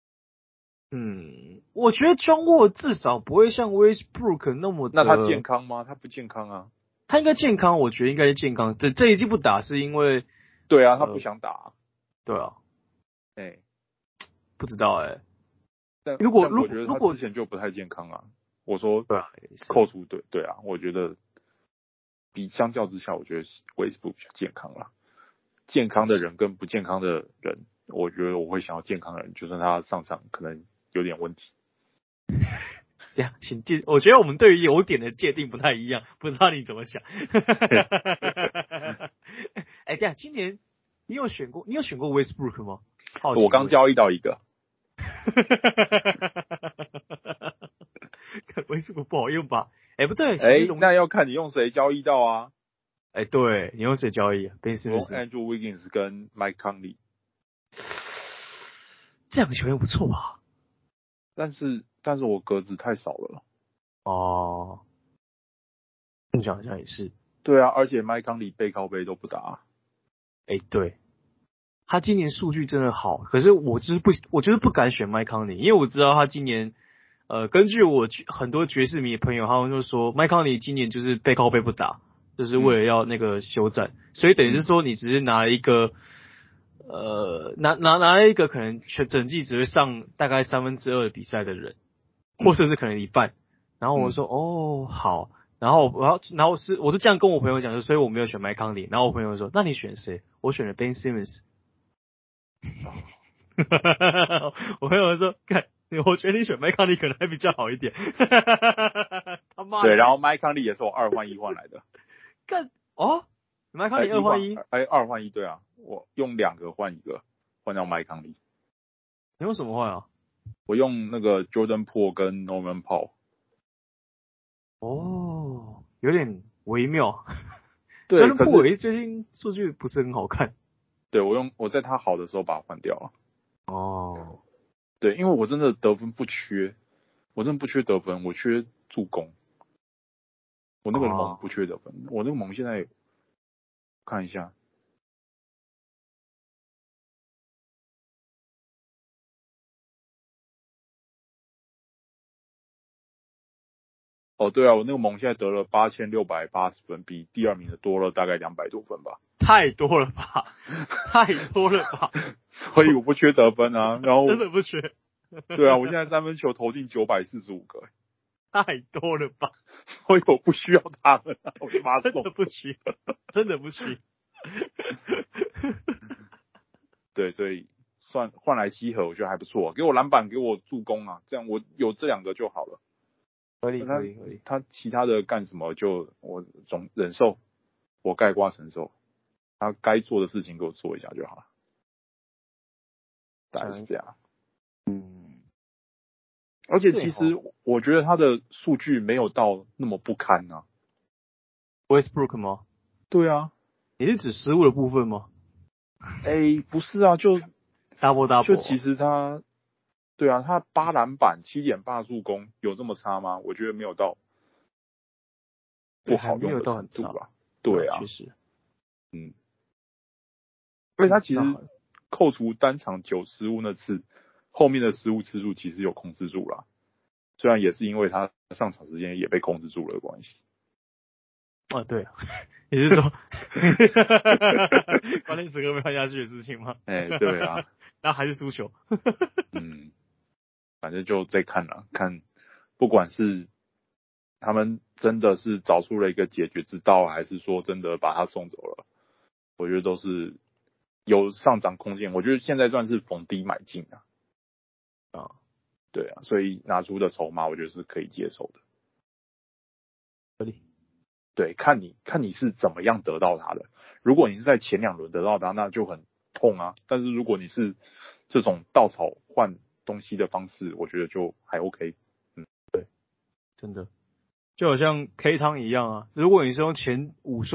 我觉得John Wall至少不会像 Westbrook 那么的。 那他健康吗？他不健康啊。 他应该健康，我觉得应该是健康。这一季不打是因为。 对啊，他不想打。 对啊。 不知道但我觉得他之前就不太健康啊。我说对啊， 扣除对啊，我觉得相较之下，我觉得 Westbrook 比较健康啦。健康的人跟不健康的人，我觉得我会想要健康的人，就算他上场可能有点问题。 我觉得我们对于有点的界定不太一样，不知道你怎么想。今年你有选过 Westbrook 吗？ 我刚交易到一个。 Westbrook 不好用吧？不对， 那要看你用谁交易到啊。 对，你用谁交易？Ben Simmons、 Andrew Wiggins 跟 Mike Conley， 这两个球员不错吧？ 但是我格子太少了。 你讲好像也是。 对啊，而且 Mike Conley 背靠背都不打。 对。他今年数据真的好，可是我就是不敢选麦康尼，因为我知道他今年，根据我很多爵士迷的朋友，他们就说麦康尼今年就是背靠背不打，就是为了要那个休战，所以等于是说你只是拿了一个， 拿一个可能整季只会上大概2/3的比赛的人，或甚至可能一半。然后我说哦好，然后我是这样跟我朋友讲的，所以我没有选麦康利。然后我朋友说那你选谁？我选了 Ben Simmons。我朋友说看，我觉得你选麦康利可能还比较好一点。他妈的。 对，然后麦康利也是我2换1换来的。 干哦，麦康利2换1， 哎，2换1，对啊，我用2个换1个，换到麦康利。 你用什么换啊？ 我用那个 Jordan Poole 跟 Norman Powell。 哦，有点微妙。 对， Jordan Poole最近数据不是很好看。 对，我在他好的时候把他换掉了。 哦， 对，因为我真的得分不缺，我真的不缺得分，我缺助攻。我那个盟不缺得分，我那个盟现在看一下。哦，对啊，我那个盟现在得了8680分，比第2名的多了大概200多分吧。 太多了吧，太多了吧。 所以我不缺得分啊，然后真的不缺。 对啊，我现在3分球投进945个， 太多了吧。 所以我不需要他们啊，我就把他真的不需，真的不需。 对，所以算换来西河，我觉得还不错，给我篮板，给我助攻啊，这样我有这2个就好了。 可以。 他其他的干什么就我总忍受，我概括承受，他该做的事情给我做一下就好了，大概是这样。而且其实我觉得他的数据没有到那么不堪啊。 Westbrook 吗？ 对啊。 你是指失误的部分吗？ 不是啊，就 double， 就其实他，对啊，他8篮板7.8助攻，有这么差吗？我觉得没有到不好用的程度吧。对啊， 确实。 而且他其实扣除单场9失误那次，后面的失误次数其实有控制住啦。虽然也是因为他上场时间也被控制住了的关系。 对啊，你是说关键时刻没看下去的事情吗？ 对啊。 然后还是输球。 反正就再看啦，看不管是他们真的是找出了一个解决之道，还是说真的把他送走了，我觉得都是有上涨空间。我觉得现在算是逢低买进啊。对啊，所以拿出的筹码我觉得是可以接受的。对，看你是怎么样得到他的。如果你是在前2轮得到他，那就很痛啊。但是如果你是这种稻草换东西的方式，我觉得就还 OK。 对，真的就好像 K 汤一样啊。如果你是用前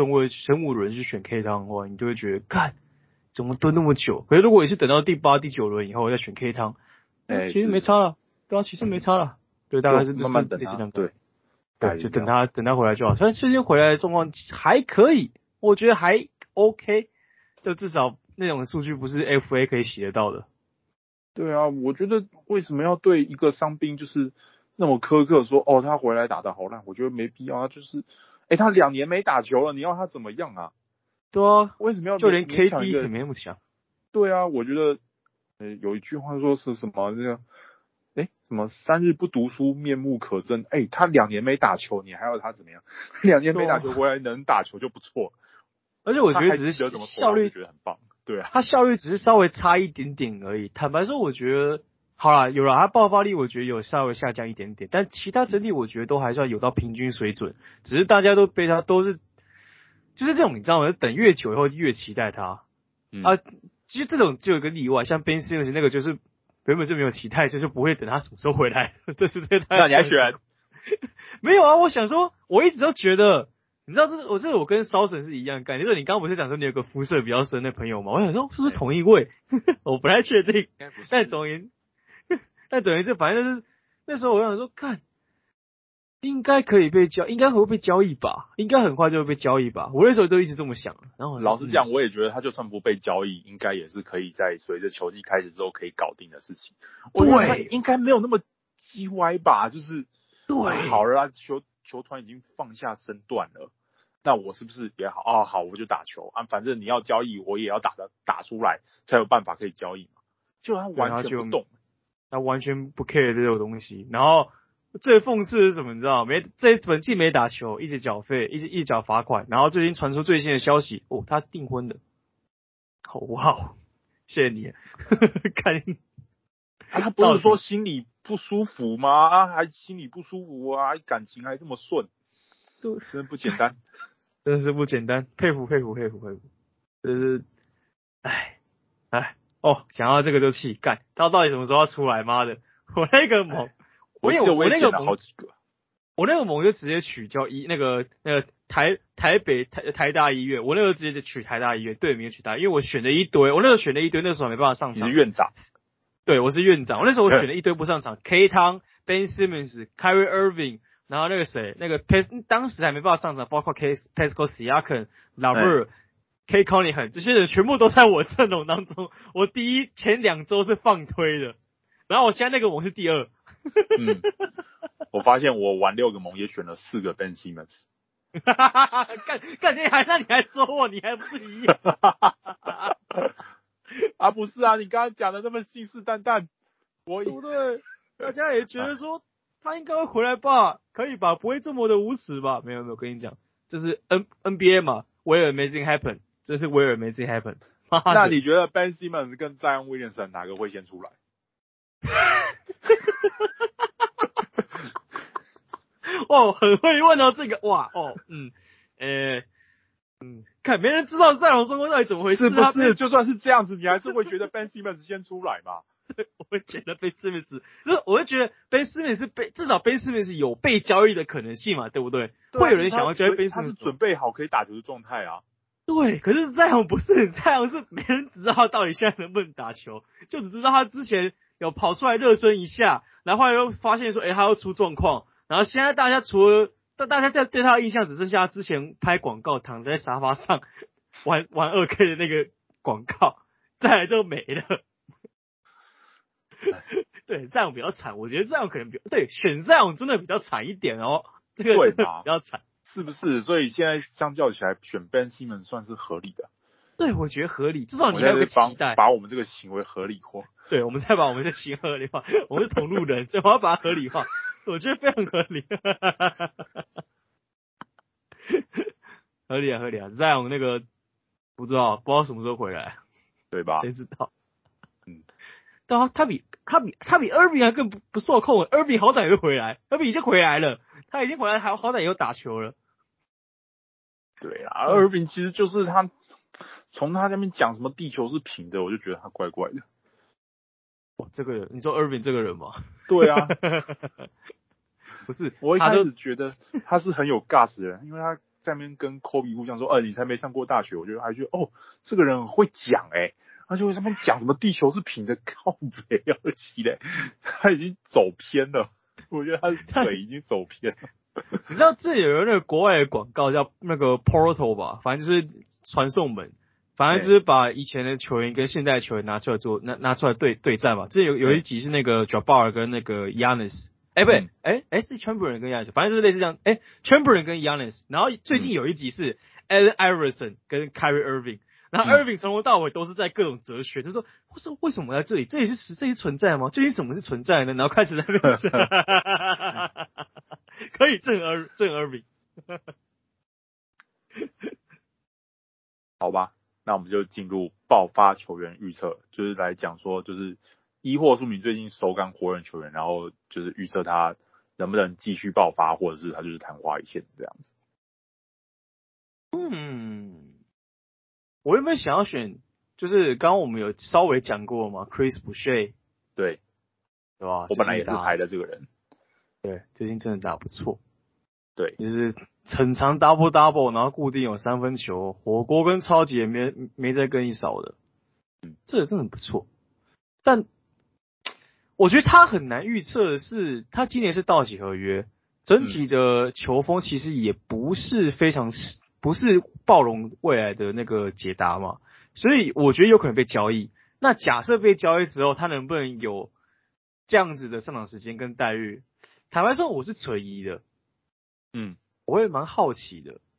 5轮去选 K 汤的话，你就会觉得干怎么蹲那么久。可是如果你是等到第8、第9轮以后再选 K 汤，其实没差了。对啊，其实没差了。对，大概是慢慢等他。 对，就等他回来就好。虽然最近回来的状况还可以，我觉得还 OK， 就至少那种数据不是 FA 可以洗得到的。 对啊，我觉得为什么要对一个伤兵就是那么苛刻说他回来打得好烂？我觉得没必要啊。就是他2年没打球了，你要他怎么样啊？ 对啊， 为什么要就连 KD 也没那么强？ 对啊，我觉得有一句话说是什么什么3日不读书面目可憎。他2年没打球，你还要他怎么样？2年没打球回来能打球就不错。 而且我觉得只是效率， 觉得很棒。对啊， 他效率只是稍微差一点点而已。坦白说，我觉得好啦，有了他爆发力，我觉得有稍微下降一点点，但其他整体我觉得都还算有到平均水准。只是大家都被他都是就是这种你知道吗？等越久以后越期待他。其实这种只有一个例外，像 Ben Simmons 那个就是原本就没有期待，就是不会等他什么时候回来。这是这那你还选？ 没有啊，我想说，我一直都觉得，你知道我跟烧神是一样感觉。就是你刚刚不是讲说你有个肤色比较深的朋友吗？我想说是不是同一位？我不太确定。但总而言之，反正就是那时候我想说，看应该可以被应该会被交易吧，应该很快就会被交易吧。我那时候就一直这么想。然后老实讲，我也觉得他就算不被交易，应该也是可以在随着球季开始之后可以搞定的事情。对，应该没有那么鸡歪吧？就是对，好了啊，球团已经放下身段了， 那我是不是也好？哦，好，我就打球啊，反正你要交易，我也要打出来，才有办法可以交易嘛。就他完全不动， 他完全不 care 这种东西。然后最讽刺的是什么？你知道这本季没打球，一直缴费，一直缴罚款。然后最近传出最新的消息，哦，他订婚的。哇，谢谢你。看， 他不是说心里不舒服吗？啊，还心里不舒服啊，感情还这么顺，真的不简单， 真是不简单，佩服。就是，想到这个就气，干，他到底什么时候要出来？妈的，我那个盟，我那个盟好几个， 我那个盟就直接取叫那个台北台大医院，我那个直接取台大医院，对名取台，因为我选了一堆，那时候没办法上场。 你是院长？ 对，我是院长。我那时候我选了一堆不上场，K 汤、Ben Simmons、Kyrie Irving， 然后那个谁，那个当时还没办法上场，包括 Pascal Siakam、Laverne、K Cunningham 这些人全部都在我阵容当中。我前2周是放推的，然后我现在那个盟是第2。 我发现我玩6个盟也选了4个 Ben Simmons。 干你还说我，你还不是一样？ 啊，不是啊，你刚刚讲的那么信誓旦旦， 对不对？大家也觉得说他应该会回来吧，可以吧，不会这么的无耻吧？没有，跟你讲，这是 NBA 嘛 ，Where Amazing Happen， 这是 Where Amazing Happen。 那你觉得 Ben Simmons 跟Zion Williamson 哪个会先出来？ 哦，很会问到这个，哇，看没人知道赛龙中国到底怎么回事， 是不是？就算是这样子，你还是会觉得 Ben Simmons 先出来嘛？ 我会觉得 Ben Simmons， 我会觉得 Ben Simmons 至少 Ben Simmons 有被交易的可能性嘛，对不对？会有人想要交易 Ben Simmons， 他是准备好可以打球的状态啊。 对，可是赛龙不是，赛龙是没人知道到底现在能不能打球，就只知道他之前有跑出来热身一下，然后后来又发现说，他要出状况，然后现在大家除了大家对他的印象只剩下之前拍广告躺在沙发上玩 2K 的那个广告，再来就没了。对，这样比较惨，我觉得这样可能选这样真的比较惨一点哦，这个对吧？ 比较惨， 是不是？所以现在相较起来，选 Ben Simmons 算是合理的。 对，我觉得合理，至少你还有个期待， 把我们这个行为合理化。 对，我们再把我们这行为合理化，我们是同路人，所以我要把它合理化，我觉得非常合理。合理啊，Zion 那个不知道什么时候回来， 对吧？ 谁知道？对啊，他比 Irving 还更不受控 ，Irving 好歹也会回来，Irving 已经回来了，他已经回来，好歹也有打球了。 对啊，Irving 其实就是他，从他那边讲什么地球是平的，我就觉得他怪怪的。 哇，这个人，你说 Irving 这个人吗？ 对啊， 不是， 我一开始觉得他是很有 gas 的人，因为他在那边跟 Kobe 互相说，你才没上过大学，我觉得这个人很会讲他就会他们讲什么地球是平的，靠北要起来，他已经走偏了，我觉得他的嘴已经走偏了。 你知道这有那个国外的广告叫那个 Portal 吧，反正就是传送门，反正就是把以前的球员跟现代球员拿出来拿出来对战嘛。这有一集是那个 Jabbar 跟那个 Giannis， 不对，是 Chamberlain 跟 Giannis， 反正就是类似这样，Chamberlain 跟 Giannis， 然后最近有一集是 Allen Iverson 跟 Kyrie Irving。然后 Irving 从头到尾都是在各种哲学，就说为什么在这里？这里是存在吗？究竟什么是存在呢？然后开始在那边可以正 Irving 好吧，那我们就进入爆发球员预测，就是来讲说，就是霍书明最近手感活人球员，然后就是预测他能不能继续爆发，或者是他就是昙花一现这样子。 我原本想要选，就是刚刚我们有稍微讲过嘛 ，Chris Boucher， 对吧？我本来也是排的这个人， 对，最近真的打不错， 对， 就是很常 double， 然后固定有3分球，火锅跟超级也没再跟一少的，这个真的很不错。但我觉得他很难预测的是，他今年是到期合约，整体的球风其实也不是不是暴龙未来的那个解答嘛，所以我觉得有可能被交易。那假设被交易之后，他能不能有这样子的上场时间跟待遇？坦白说，我是存疑的。我会蛮好奇的，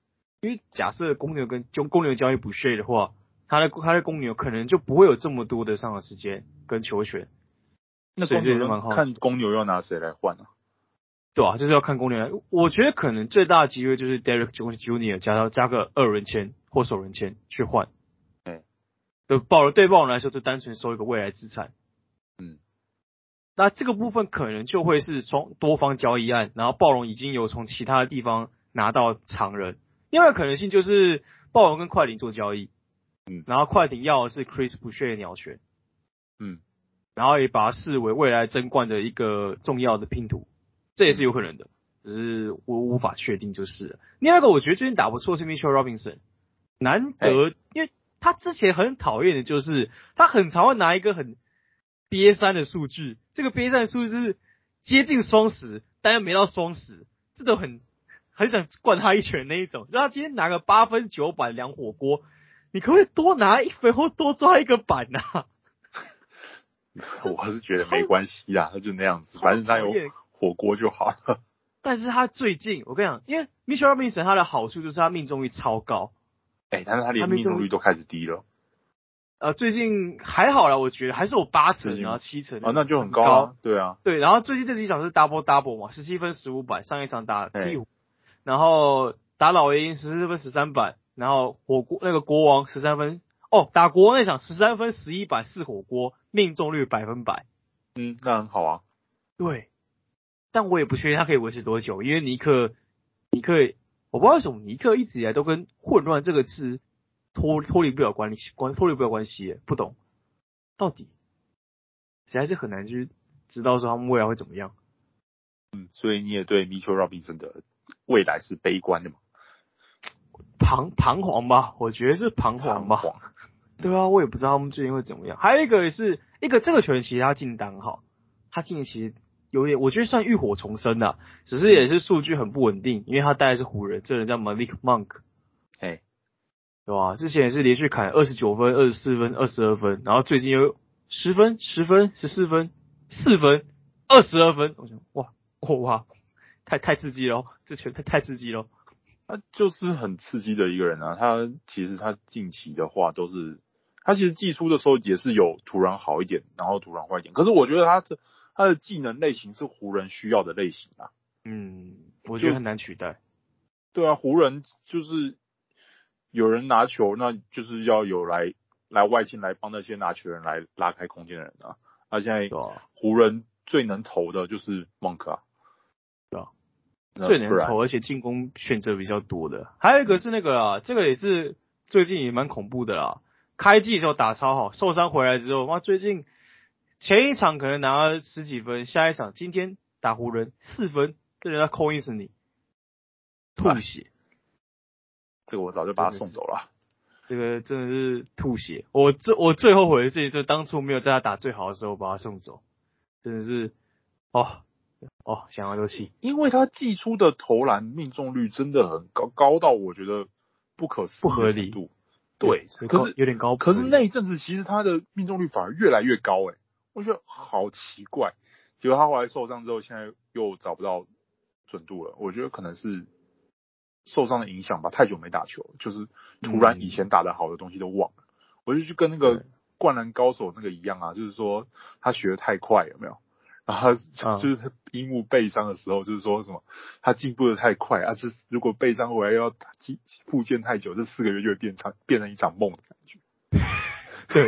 因为假设公牛交易不屑的话，他的公牛可能就不会有这么多的上场时间跟球权。 那所以这也是蛮好奇看公牛要拿谁来换啊？ 对啊，就是要看公牛来。我觉得可能最大的机会就是 Derek Jones Jr. 加个2人签或首人签去换。对暴龙来说，就单纯收一个未来资产。那这个部分可能就会是多方交易案，然后暴龙已经有从其他地方拿到常人。另外一个可能性就是暴龙跟快艇做交易，然后快艇要的是 Chris Boucher 的鸟权，然后也把它视为未来争冠的一个重要的拼图，这也是有可能的，只是我无法确定就是了。另外一个我觉得最近打不错是 Mitchell Robinson， 难得，因为他之前很讨厌的就是他很常会拿一个很憋3的数据，这个憋3的数据是接近双10，但又没到双10，这种很想灌他一拳那一种。就他今天拿个8分9板2火锅，你可不可以多拿1分或多抓1个板啊？ 我是觉得没关系啦，他就那样子，反正他有火锅就好了。 但是他最近我跟你讲，因为 Mitchell Robinson 他的好处就是他命中率超高， 但是他连命中率都开始低了。 最近还好啦，我觉得还是有8成，然后7成那就很高啊。对啊， 对，然后最近这几场是 double 嘛，17分15板，上一场打鹈鹕，然后打老鹰14分13板，然后国王13分，打国王那场13分11板4火锅，命中率100%。 那很好啊。 对，但我也不确定他可以维持多久，因为尼克，我不知道为什么尼克一直以来都跟混乱这个字脱离不了关系，不懂到底，实在是很难去知道说他们未来会怎么样。 所以你也对 Mitchell Robinson 的未来是悲观的嘛？ 彷徨吧，我觉得是彷徨吧。对啊，我也不知道他们最近会怎么样。还有一个是这个球员其实他进得很好，他进的其实有点，我觉得算浴火重生的，只是也是数据很不稳定，因为他带的是湖人，这人叫 Malik Monk， 对吧？之前也是连续砍29分、24分、22分，然后最近又10分、10分、14分、4分、22分，我想哇，太刺激了，这球太刺激了。 他就是很刺激的一个人啊。他其实他近期的话都是，他其实季初的时候也是有突然好一点，然后突然坏一点。可是我觉得他的技能类型是湖人需要的类型啊。 我觉得很难取代。 对啊，湖人就是有人拿球，那就是要有来外线来帮那些拿球人来拉开空间的人啊。现在湖人最能投的就是 Monk 啊。 最能投，而且进攻选择比较多的。还有一个是这个也是最近也蛮恐怖的啦。开季的时候打超好，受伤回来之后，最近前一场可能拿了10几分，下一场今天打湖人4分，这人要扣一死你，吐血。 这个我早就把他送走了。 这个真的是吐血。我最后悔的事情就是当初没有在他打最好的时候把他送走，真的是想要就气。 因为他季初的投篮命中率真的很高到我觉得不可思议的程度。对，可是有点高。 可是那一阵子其实他的命中率反而越来越高我觉得好奇怪。结果他后来受伤之后，现在又找不到准度了。我觉得可能是受伤的影响吧，太久没打球，就是突然以前打得好的东西都忘了。我就去跟那个灌篮高手那个一样啊，就是说他学得太快，有没有？然后就是樱木背伤的时候，就是说什么他进步的太快啊，这如果背伤回来要复健太久，这4个月就会变成一场梦的感觉。 对，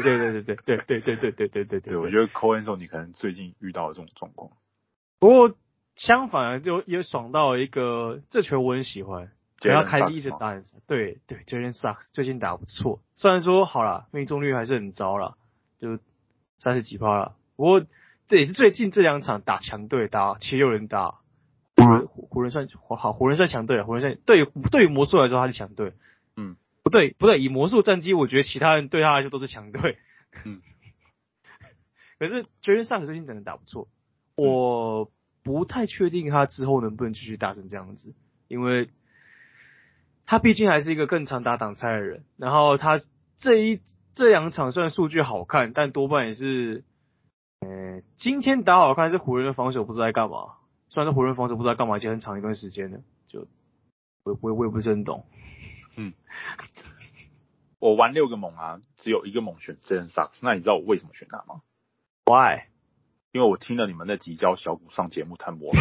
我觉得 Cole Anthony 可能最近遇到了这种状况。 不过相反就也爽到一个，这球我很喜欢，只要开机一直打很对 Jalen Suggs 最近打不错，虽然说好啦，命中率还是很糟啦，就30几%啦，不过这也是最近这2场打强队，打76人打湖人算好，湖人算强队了，湖人算对于魔术来说他是强队。不对，以魔术战绩，我觉得其他人对他来说都是强队。可是 Jalen Suggs 最近真的打不错，我不太确定他之后能不能继续打成这样子，因为他毕竟还是一个更常打挡拆的人。然后他这2场虽然数据好看，但多半也是，今天打好看是湖人的防守不知道在干嘛。虽然说湖人防守不知道干嘛，已经很长一段时间了，就我也不是很懂。 嗯，我玩6个猛啊，只有1个猛选 Jalen Suggs。那你知道我为什么选他吗 ？Why？ 因为我听了你们那集教小股上节目谈魔。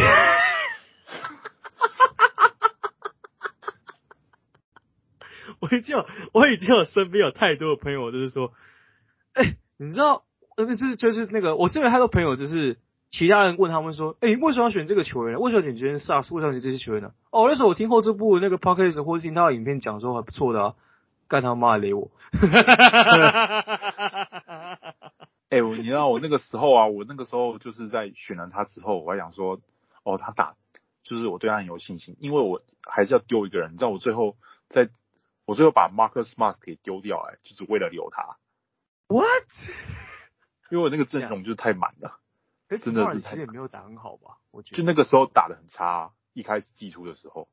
我已经有身边有太多的朋友，就是说，你知道，就是那个，我身边太多朋友，就是其他人问他们说，你为什么要选这个球员呢？为什么要选 Jalen Suggs？为什么要选这些球员呢？那时候我听后这部那个 podcast 或者听他的影片讲说还不错的啊，干他妈的雷我。 你知道我那个时候就是在选了他之后，我还想说，他打，就是我对他很有信心，因为我还是要丢一个人。你知道我最后把 Marcus Smart 给丢掉，就是为了留他。 What？ 因为我那个阵容就是太满了，真的是其实也没有打很好吧？我觉得就那个时候打得很差，一开始季初的时候。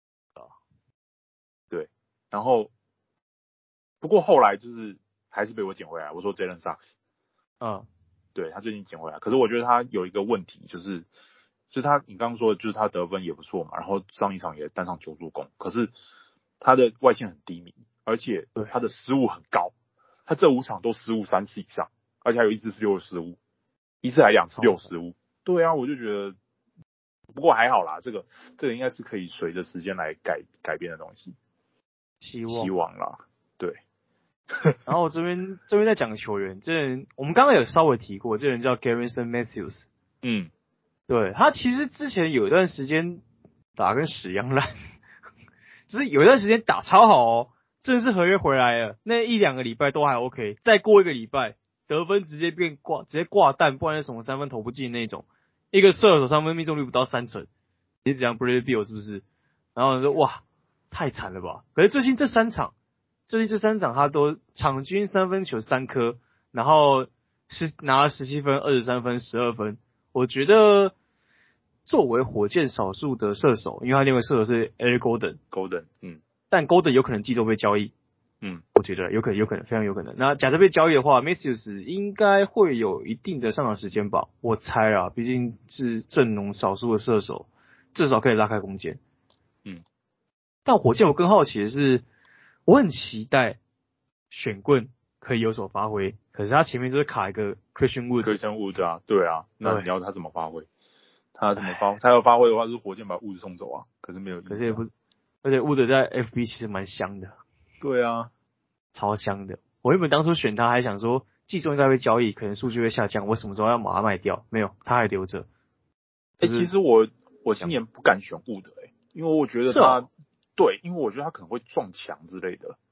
对，然后不过后来就是还是被我捡回来。我说 Jalen Suggs，对，他最近捡回来，可是我觉得他有一个问题，就是你刚刚说的，就是他得分也不错嘛，然后上一场也单场9助攻，可是他的外线很低迷，而且他的失误很高，他这5场都失误3次以上，而且还有1次是6的失误，1次还2次6失误。对啊，我就觉得，不过还好啦，这个应该是可以随着时间来改变的东西，希望啦，对。 然后我这边在讲球员，这人我们刚刚有稍微提过，这人叫 Garrison Matthews。对，他其实之前有一段时间打跟屎一样烂，就是有一段时间打超好哦，正式合约回来了，那1-2个礼拜都还 OK， 再过1个礼拜得分直接挂蛋，不然是什么3分投不进那种，一个射手3分命中率不到30%，你只讲 Bradley Beal 是不是？然后说哇，太惨了吧！可是最近这3场他都场均3分球3颗，然后拿了17分、23分、12分。我觉得作为火箭少数的射手，因为他另外射手是 Eric Gordon， 但 Gordon 有可能季中被交易，我觉得有可能，非常有可能。那假设被交易的话 ，Matthews 应该会有一定的上场时间吧，我猜啊，毕竟是阵容少数的射手，至少可以拉开空间。但火箭我更好奇的是，我很期待选棍可以有所发挥，可是他前面就是卡一个 Christian Wood 啊，对啊，那你要他怎么发挥？他要发挥的话，就是火箭把 Wood 送走啊，可是没有， 可是也不，而且 Wood 在 FB 其实蛮香的， 对啊， 超香的。我原本当初选他还想说，季中应该被交易，可能数据会下降，我什么时候要把他卖掉？没有，他还留着。 其实我今年不敢选 Wood 因为我觉得他。对，因为我觉得他可能会撞墙之类的。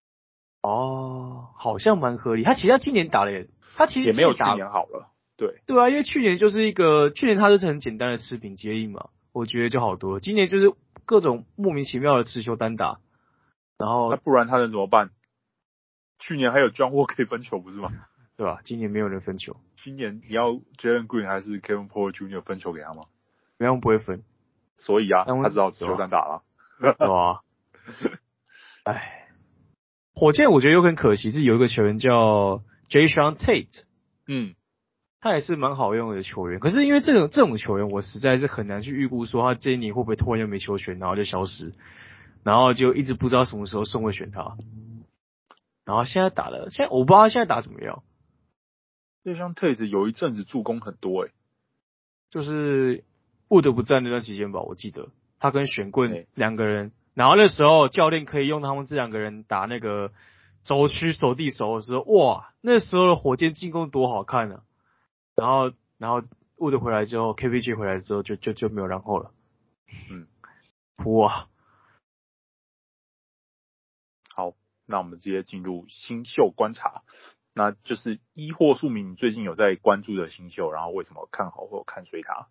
好像蛮合理。他其实今年打的他其实也没有去年好了。对啊，因为去年他就是很简单的持平接应嘛，我觉得就好多了。今年就是各种莫名其妙的持球单打，然后那不然他能怎么办？去年还有 John Wall 可以分球不是吗？ 对吧？今年没有人分球。 今年你要 Jalen Green 还是 Kevin Porter Jr. 分球给他吗？ 没有，不会分。 所以啊，他只好持球单打了。 对吧？火箭我觉得有很可惜，是有一个球员叫 Jason Tate， 他也是蛮好用的球员。可是因为这种球员，我实在是很难去预估说他这一年会不会突然就没球权，然后就消失，然后就一直不知道什么时候顺位选他。然后现在我不知道他现在打怎么样。 Jason Tate 有一阵子助攻很多就是Wood不在那段期间吧，我记得。他跟选棍2个人，然后那时候教练可以用他们这2个人打那个轴区守地手的时候，哇，那时候的火箭进攻多好看啊！然后 Wood 回来之后 ，KPG 回来之后就没有然后了。哇！ 好，那我们直接进入新秀观察，那就是或数名你最近有在关注的新秀，然后为什么看好或看衰他？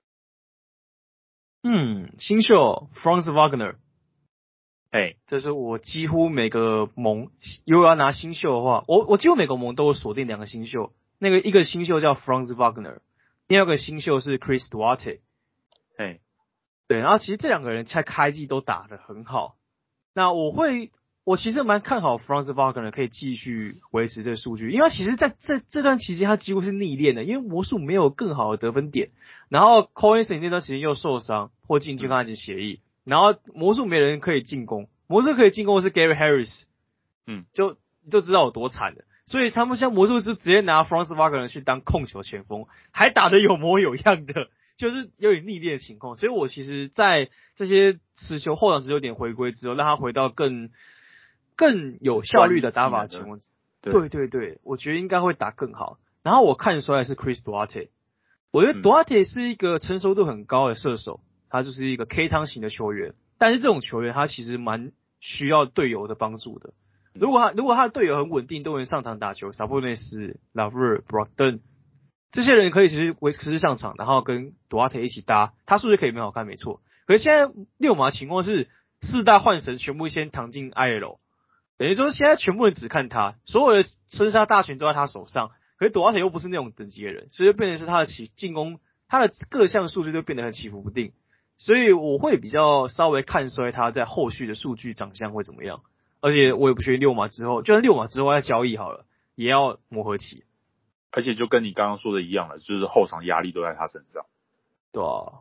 新秀 Franz Wagner， 这是我几乎每个盟如果要拿新秀的话，我几乎每个盟都有锁定2个新秀，那个一个新秀叫 Franz Wagner， 第2个新秀是 Chris Duarte。对，然后其实这2个人在开季都打得很好，那我其实蛮看好 Franz Wagner 可以继续维持这个数据，因为其实在这段期间他几乎是逆练的，因为魔术没有更好的得分点，然后 Cole Anthony 那段时间又受伤或进健康安全协议，然后魔术没人可以进攻， 魔术可以进攻的是 Gary Harris， 就知道有多惨了。所以他们像魔术就直接拿 Franz Wagner 去当控球前锋，还打得有模有样的，就是有点逆练的情况。所以我其实在这些持球后场持球点回归之后，让他回到更有效率的打法情况。对，我觉得应该会打更好。然后我看出来是 Chris Duarte， 我觉得 Duarte 是一个成熟度很高的射手，他就是一个 K 汤型的球员。但是这种球员他其实蛮需要队友的帮助的。如果他的队友很稳定，都能上场打球，萨博内斯、拉夫尔、布朗登这些人可以其实维持上场，然后跟 Duarte 一起搭，他数据可以蛮好看，没错。可是现在六马情况是四大幻神全部先躺进 IL， 等于说现在全部人只看他，所有的生杀大权都在他手上。可是 Duarte 又不是那种等级的人，所以就变成是他的进攻，他的各项数据就变得很起伏不定。所以我会比较稍微看衰他在后续的数据长相会怎么样。而且我也不确定六马之后，就算六马之后再交易好了，也要磨合期。 而且就跟你刚刚说的一样了，就是后场压力都在他身上。 对啊，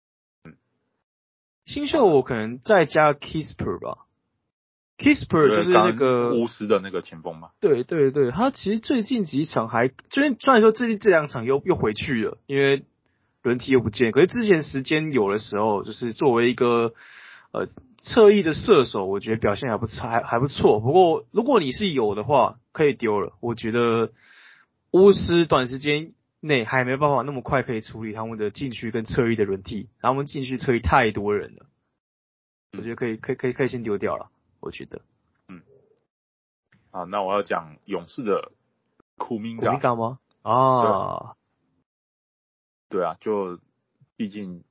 新秀我可能再加 Kisper 吧。Kisper 就是那个巫师的那个前锋嘛。 对，他其实最近几场虽然说最近这2场又回去了，因为轮替又不见，可是之前时间有的时候，就是作为一个侧翼的射手，我觉得表现还不错。不过如果你是有的话，可以丢了。我觉得巫师短时间内还没办法那么快可以处理他们的禁区跟侧翼的轮替，他们禁区侧翼太多人了，我觉得可以先丢掉了。我觉得， 好，那我要讲勇士的库明加吗？啊， 对啊，就毕竟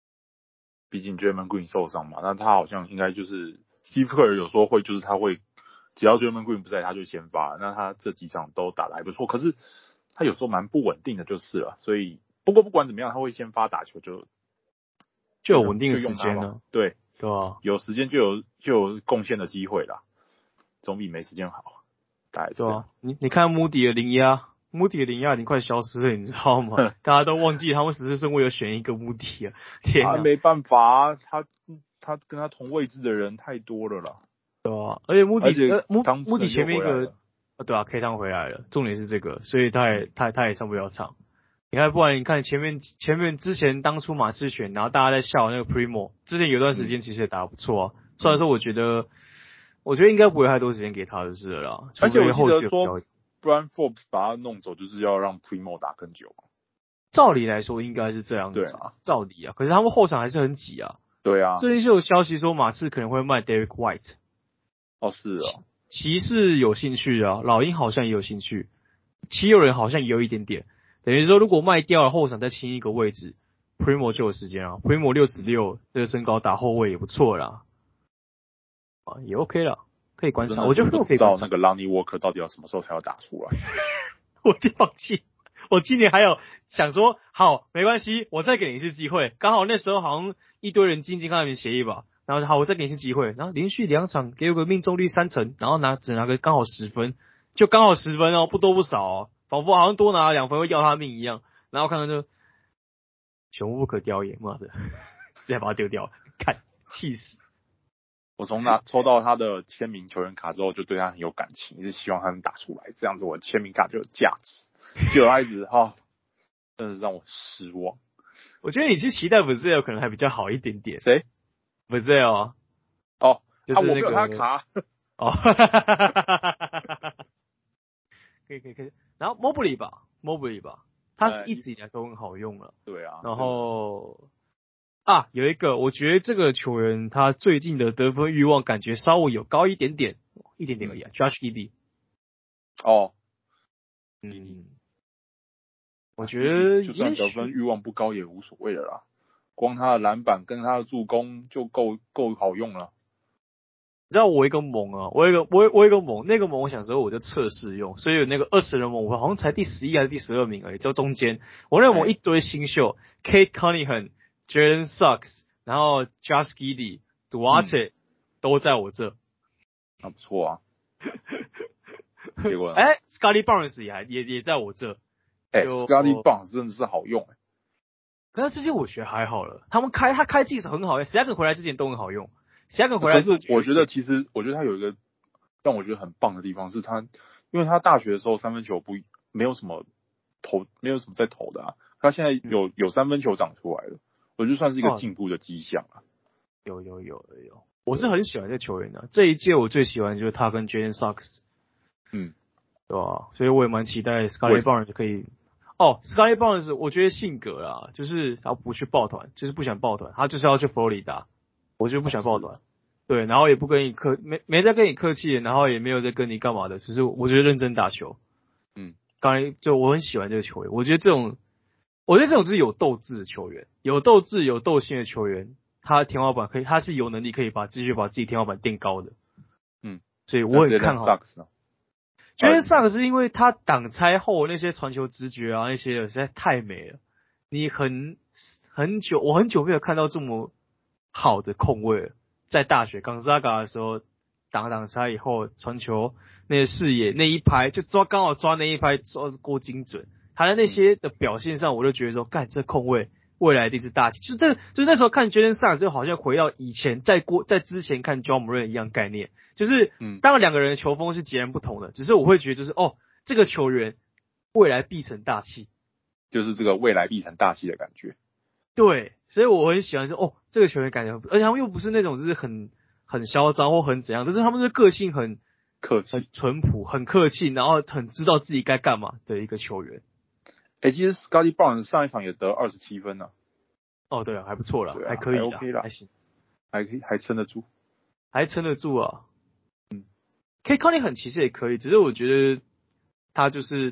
Draymond Green 受伤嘛，那他好像应该就是 Steve Kerr 有说会，就是他会只要 Draymond Green 不在，他就先发。那他这几场都打得还不错，可是他有时候蛮不稳定的，就是了。所以不过不管怎么样，他会先发打球就有稳定的时间呢。 对啊， 有时间就有贡献的机会啦，总比没时间好。大概是这样。 你看穆迪的零压已经快消失了，你知道吗？大家都忘记他们14顺位有选一个穆迪啊！天哪， 没办法，他跟他同位置的人太多了啦。 对啊，而且穆迪前面一个对啊 ，K 汤回来了，重点是这个，所以他也上不了场。你看，不然你看前面之前当初马刺选，然后大家在笑那个 Primo， 之前有段时间其实也打得不错啊。虽然说我觉得应该不会太多时间给他就是了啦。 而且我记得说 Brian Forbes 把他弄走，就是要让 Primo 打更久。 照理来说应该是这样子， 对啊， 照理啊。可是他们后场还是很挤啊。 对啊。 最近就有消息说马刺可能会卖 Derek White。 哦，是哦。 骑士有兴趣啊，老鹰好像也有兴趣，七六人好像也有一点点。等于说，如果卖掉了后场再清一个位置 ，Primo 就有时间啊。Primo 6'6", 这个身高打后卫也不错啦，也 OK 啦，可以观察。我就不知道那个 Lonnie Walker 到底要什么时候才要打出来。 我就放弃。我今年还有想说，好，没关系，我再给你一次机会。刚好那时候好像一堆人进他们协议吧，然后好，我再给你一次机会，然后连续2场给我个命中率30%，然后只拿个刚好10分，就刚好10分哦，不多不少哦。仿佛好像多拿了2分会要他命一样，然后看到就朽木不可雕也，妈的，直接把他丢掉，看气死！ 我从抽到他的签名球员卡之后，就对他很有感情，一直希望他能打出来，这样子我的签名卡就有价值。结果他一直真的是让我失望。 我觉得你去期待 Vassell 可能还比较好一点点。 谁 ？Vassell 啊？ 哦， 就是我没有他卡。 哦，可以。然后 Mobley 吧，他一直以来都很好用了。 对啊。 然后有一个，我觉得这个球员他最近的得分欲望感觉稍微有高一点点而已啊 ，Josh Giddey。 哦。 我觉得就算得分欲望不高也无所谓了啦，光他的篮板跟他的助攻就够好用了。 你知道我一个盟啊，我一个盟，那个盟我想说我就测试用，所以有那个20人盟，我好像才第11还是第12名而已，就中间我那个盟一堆新秀 ，Kate Cunningham、Jalen Suggs， 然后 Josh Giddey、Duarte 都在我这， 那不错啊。结果 Scotty Barnes 也在我这 ，Scotty Barnes 真的是好用可是最近我觉得还好了，他开季是很好用 ，Siakam 回来之前都很好用。 Siakam 回来之后， 我觉得他有一个让我觉得很棒的地方是他，因为他大学的时候三分球没有什么在投的啊，他现在有三分球长出来了，我觉得算是一个进步的迹象啊。 有，我是很喜欢这球员的。这一届我最喜欢的就是他跟 Jalen Suggs， 对吧？所以我也蛮期待 Scottie Barnes 可以。Scottie Barnes 我觉得性格啦，就是他不去抱团，就是不想抱团，他就是要去佛罗里达，我就不想抱团。对，然后也不跟你没在跟你客气，然后也没有在跟你干嘛的，只是我觉得认真打球。刚才就我很喜欢这个球员，我觉得这种就是有斗志的球员，有斗志有斗心的球员，他天花板他是有能力可以继续把自己天花板垫高的。所以我很看好。Jalen Suggs 是因为他挡拆后那些传球直觉啊那些实在太美了，你我很久没有看到这么好的控卫了。在大学Gonzaga的时候挡拆以后传球那些视野那一拍就刚好抓那一拍抓够精准，他在那些的表现上我就觉得说干这控卫未来一定是大气，就是那时候看 Jalen Suggs 就好像回到以前在之前看 Ja Morant 一样概念，就是当然两个人的球风是截然不同的，只是我会觉得就是这个球员未来必成大器， 就是这个未来必成大器的感觉。 对，所以我很喜欢说这个球员感觉，而且他们又不是那种就是很嚣张或很怎样，就是他们的个性很客气、 很淳朴、很客气，然后很知道自己该干嘛的一个球员。 其实 Scottie Barnes 上一场也得27分呢。 对啊，还不错啦，还可以啦， OK 啦， 还行， 还撑得住， 啊。K Conley 其实也可以，只是我觉得他就是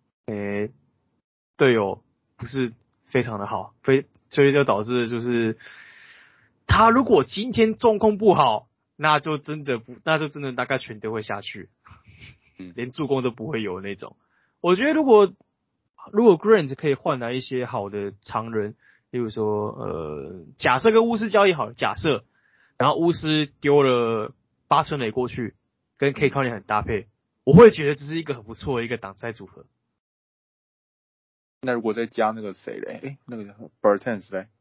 队友不是非常的好，所以就导致就是他如果今天状况不好，那就真的大概全队会下去，连助攻都不会有那种。我觉得如果 Grant 可以换来一些好的常人，例如说假设跟巫师交易好了，然后巫师丢了八村垒过去，跟 K Conley 很搭配，我会觉得这是一个很不错的一个挡拆组合。 那如果再加那个谁嘞？那个 Bertans 嘞？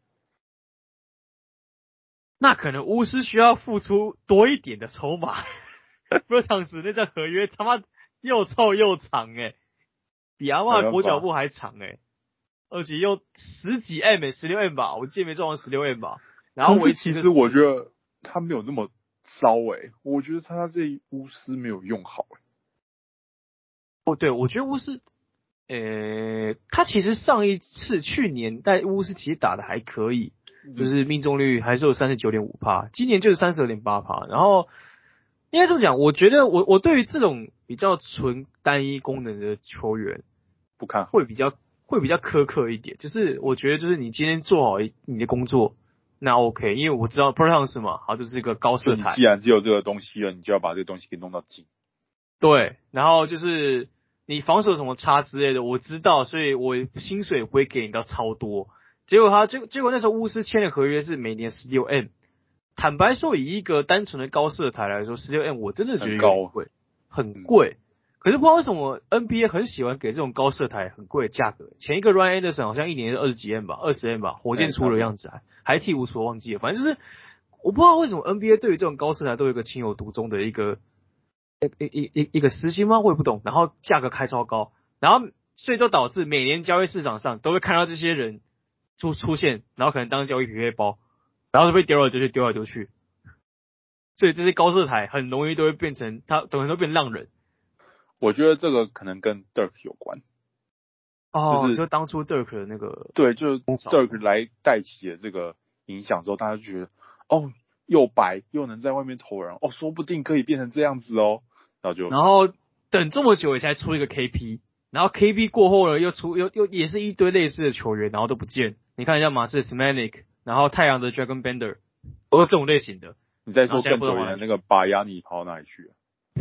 那可能巫师需要付出多一点的筹码。Bertans 那张合约他妈又臭又长比阿嬷裹脚布还长而且又10几 M16 M 吧，我记得没错，16 M 吧。然后其实我觉得他没有那么糟我觉得他这巫师没有用好对，我觉得巫师他其实上一次去年在巫师其实打的还可以，就是命中率还是有 39.5%， 今年就是 32.8%。然后应该这么讲，我觉得我对于这种比较纯单一功能的球员不看好， 会比较苛刻一点。就是我觉得就是你今天做好你的工作，那 OK， 因为我知道 Bertans 嘛，它就是一个高色彩。 既然只有这个东西了，你就要把这个东西给弄到尽。 对，然后就是你防守什么差之类的，我知道，所以我薪水也不会给你到超多。结果那时候巫师签的合约是每年16 M， 坦白说，以一个单纯的高色台来说，16 M 我真的觉得有点贵，很贵。可是不知道为什么 NBA 很喜欢给这种高色台很贵的价格。前一个 Ryan Anderson 好像一年是20几 M 吧，20 M 吧，火箭出的样子还替无所忘记了。反正就是我不知道为什么 NBA 对于这种高色台都有一个情有独钟的一个私心吗？我也不懂。然后价格开超高，然后所以都导致每年交易市场上都会看到这些人出现，然后可能当交易匹配包，然后就被丢来丢去。所以这些高色台很容易都会变成等于都变浪人。 我觉得这个可能跟 Dirk 有关。 就当初 Dirk 的那个， 对，就是 Dirk 来带起了这个影响之后，大家就觉得又白又能在外面投人，说不定可以变成这样子然后等这么久也才出一个 KP， 然后 KP 过后了又也是一堆类似的球员，然后都不见。你看一下马刺 Smanik， 然后太阳的 Dragon Bender， 都是这种类型的。 你再说更久远的那个巴亚尼跑哪里去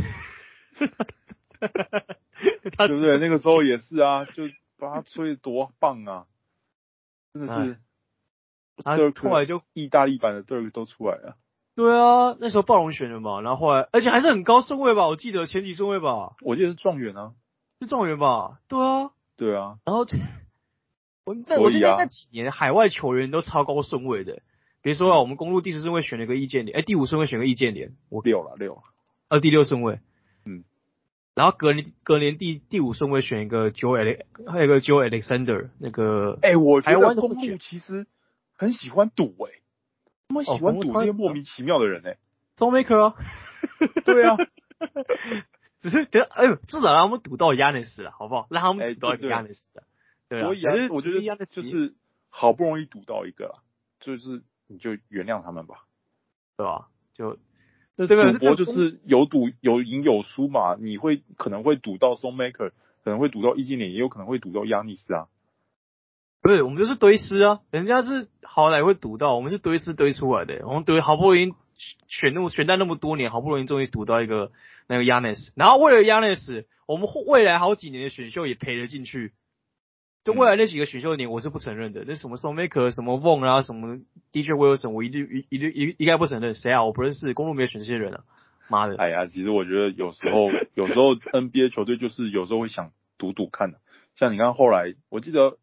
对不对？那个时候也是就把他吹得多棒啊，真的是。 后来就意大利版的 Dirk 都出来了。 对啊，那时候暴龙选的嘛，然后后来而且还是很高顺位吧，我记得前几顺位吧。 我记得是状元啊。 是状元吧？对啊。 对啊。 然后我记得那几年海外球员都超高顺位的，比比如说啊，我们公路第10顺位选了一个易建联，第5顺位选个易建联， 六了， 第6顺位， 嗯， 然后隔年第5顺位选一个 还有一个 Joe Alexander 那个， 我觉得公路其实很喜欢赌他们喜欢赌这些莫名其妙的人 Maker 啊， 对啊， 只是至少让他们赌到 Giannis 了，好不好？让他们赌到一个 Giannis 的，对啊， 所以我觉得就是好不容易赌到一个啦，就是你就原谅他们吧， 对吧？就这个赌博就是有赌有赢有输嘛，你可能会赌到 Maker， 可能会赌到易建联，也有可能会赌到亚尼斯啊。 不是，我们就是堆尸啊，人家是好歹会赌到，我们是堆尸堆出来的，我们好不容易选到那么多年，好不容易终于赌到一个那个 Giannis， 然后为了 Giannis， 我们未来好几年的选秀也赔了进去。就未来那几个选秀年，我是不承认的。那什么 Maker、什么 Vaughn 啊、什么 DJ Wilson， 我一概不承认。谁啊？我不认识，公路没有选这些人啊！妈的！ 哎呀，其实我觉得有时候 NBA 球队就是有时候会想赌赌看的。像你看后来，我记得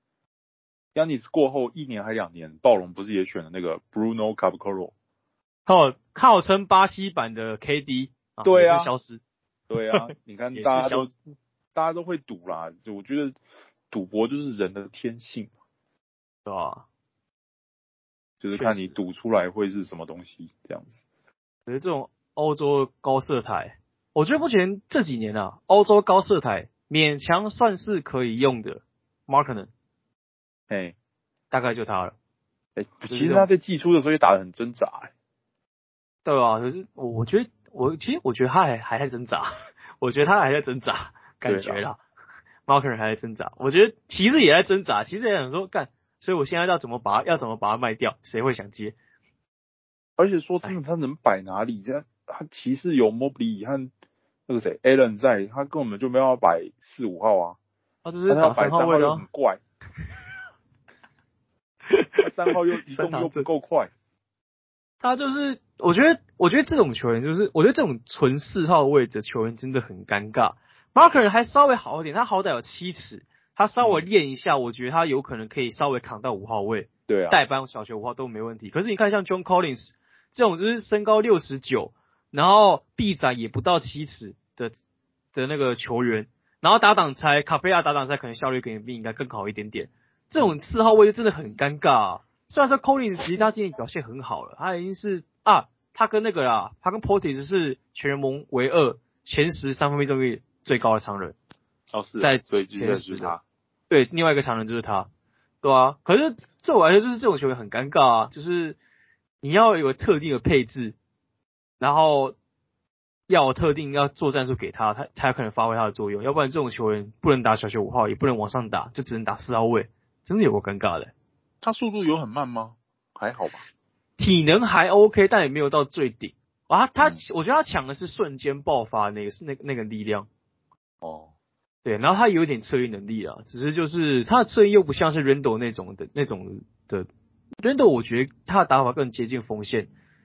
Giannis 过后1年还2年，暴龙不是也选了那个 Bruno Caboclo， 号称巴西版的 KD， 对啊， 消失。 对啊，你看大家都会赌啦，就我觉得赌博就是人的天性， 对吧？ 就是看你赌出来会是什么东西这样子。 可是这种欧洲高色台，我觉得目前这几年啊，欧洲高色台勉强算是可以用的 Markkanen， 大概就他了。 其实他在季初的时候也打得很挣扎对啊，可是我觉得他还在挣扎，我觉得他还在挣扎，感觉啦。Markkanen 还在挣扎，我觉得骑士也在挣扎，骑士也想说干，所以我现在要怎么把它卖掉？谁会想接？ 而且说真的，他能摆哪里？他骑士有 Mobley 和那个谁 Allen 在，他根本就没有要摆4、5号啊。 他就是打3号位又很怪，3号又移动又不够快。 他就是，我觉得这种球员就是，我觉得这种纯4号位的球员真的很尴尬。Markkanen 还稍微好一点，他好歹有7尺，他稍微练一下，我觉得他有可能可以稍微扛到5号位， 对啊， 代班小学5号都没问题。可是你看像 John Collins 这种就是身高69，然后臂展也不到7尺的那个球员，然后打挡拆，卡菲亚打挡拆可能效率比应该更好一点点。这种4号位就真的很尴尬啊。虽然说 Collins 其实他今年表现很好了，他已经是他跟Portis 是全联盟唯2前10三分命中率最高的常人。 是， 在所以就是他。 对，另外一个常人就是他，对啊。可是对我来说，就是这种球员很尴尬啊，就是你要有特定的配置，然后要特定要做战术给他才有可能发挥他的作用，要不然这种球员不能打小学5号，也不能往上打，就只能打4号位，真的有够尴尬的。 他速度有很慢吗？还好吧。 体能还 OK， 但也没有到最顶啊。我觉得他强的是瞬间爆发那个力量。对，然后他有一点策应能力啊，只是就是他的策应又不像是 Randle 那种的 Randle 我觉得他的打法更接近锋线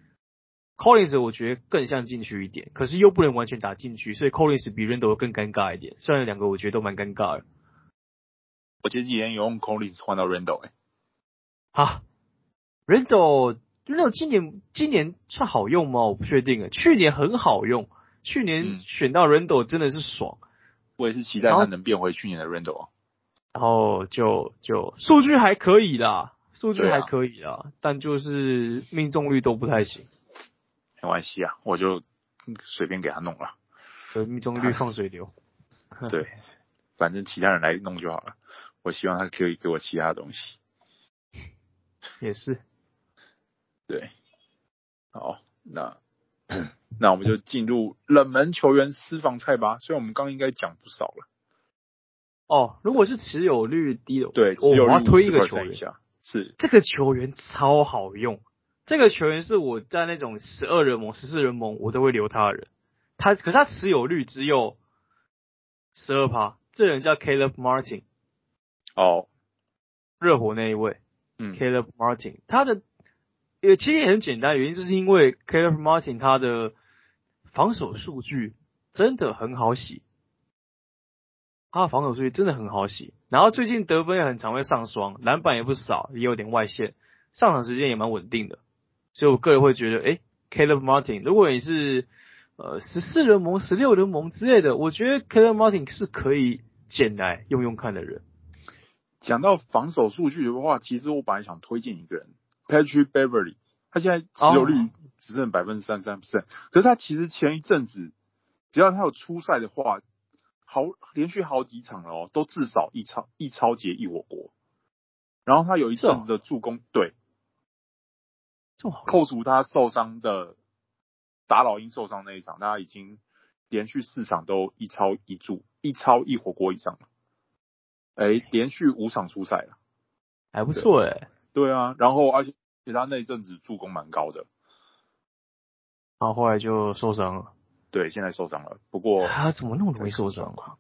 ，Collins 我觉得更像禁区一点，可是又不能完全打禁区，所以 Collins 比 Randle 更尴尬一点。虽然两个我觉得都蛮尴尬的。 我前几天有用 Collins 换到 Randle Randle 今年算好用吗？我不确定去年很好用，去年选到 Randle 真的是爽。 我也是期待他能变回去年的 Randle。 然后就数据还可以啦，但就是命中率都不太行。 没关系啊，我就随便给他弄了。 命中率放水流。 对，反正其他人来弄就好了。我希望他可以给我其他的东西。 也是。 对。好，那我们就进入冷门球员私房菜吧。虽然我们刚应该讲不少了。 如果是持有率低的， 对，我要推一个球员， 是这个球员超好用。这个球员是我在那种12人盟、14人盟我都会留他的人。可是他持有率只有 12%。这人叫 Caleb Martin。热火那一位。Caleb Martin， 他的其实也很简单，原因就是因为 Caleb Martin 他的防守数据真的很好洗。然后最近得分也很常会上双，篮板也不少，也有点外线， 上场时间也蛮稳定的，所以我个人会觉得，Caleb Martin， 如果你是14人盟、16人盟之类的，我觉得 Caleb Martin 是可以捡来用用看的人。 讲到防守数据的话，其实我本来想推荐一个人 ，Patrick Beverly， 他现在持有率只剩33%，可是他其实前一阵子，只要他有出赛的话，连续好几场了都至少一抄截一火锅，然后他有一阵子的助攻，对，扣除他受伤的打老鹰受伤那一场，他已经连续4场都一抄一火锅以上了。连续5场出赛了， 还不错对啊，然后而且他那一阵子助攻蛮高的， 然后后来就受伤了。 对，现在受伤了。不过他怎么那么容易受伤啊？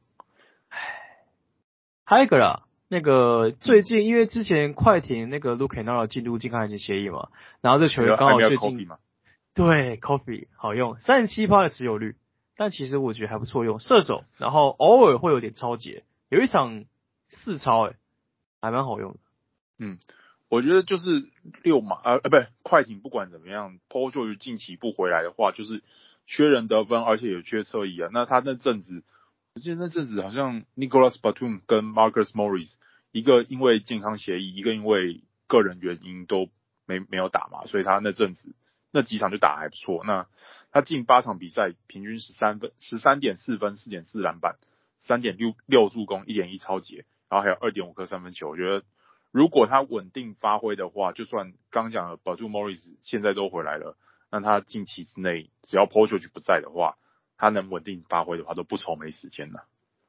还有一个啦，那个最近因为之前快艇那个 Luke Kennard 进入禁抗协协议嘛，然后这球员刚好最近对 Coffee 好用，37%的持有率，但其实我觉得还不错用，射手，然后偶尔会有点抄截，有一场4抄还蛮好用的。 我觉得就是快艇不管怎么样 ，Paul George 近期不回来的话，就是缺人得分，而且也缺侧翼啊。那他那阵子，我记得那阵子好像 Nicholas Batum 跟 Marcus Morris 一个因为健康协议，一个因为个人原因都没有打嘛，所以他那阵子那几场就打还不错。那他近8场比赛平均13.4分、4.4篮板、3.6助攻、1.1抄截，然后还有2.5颗三分球。我觉得如果他稳定发挥的话，就算刚讲的 Batum Morris 现在都回来了，那他近期之内只要 Paul George 不在的话，他能稳定发挥的话，都不愁没时间了。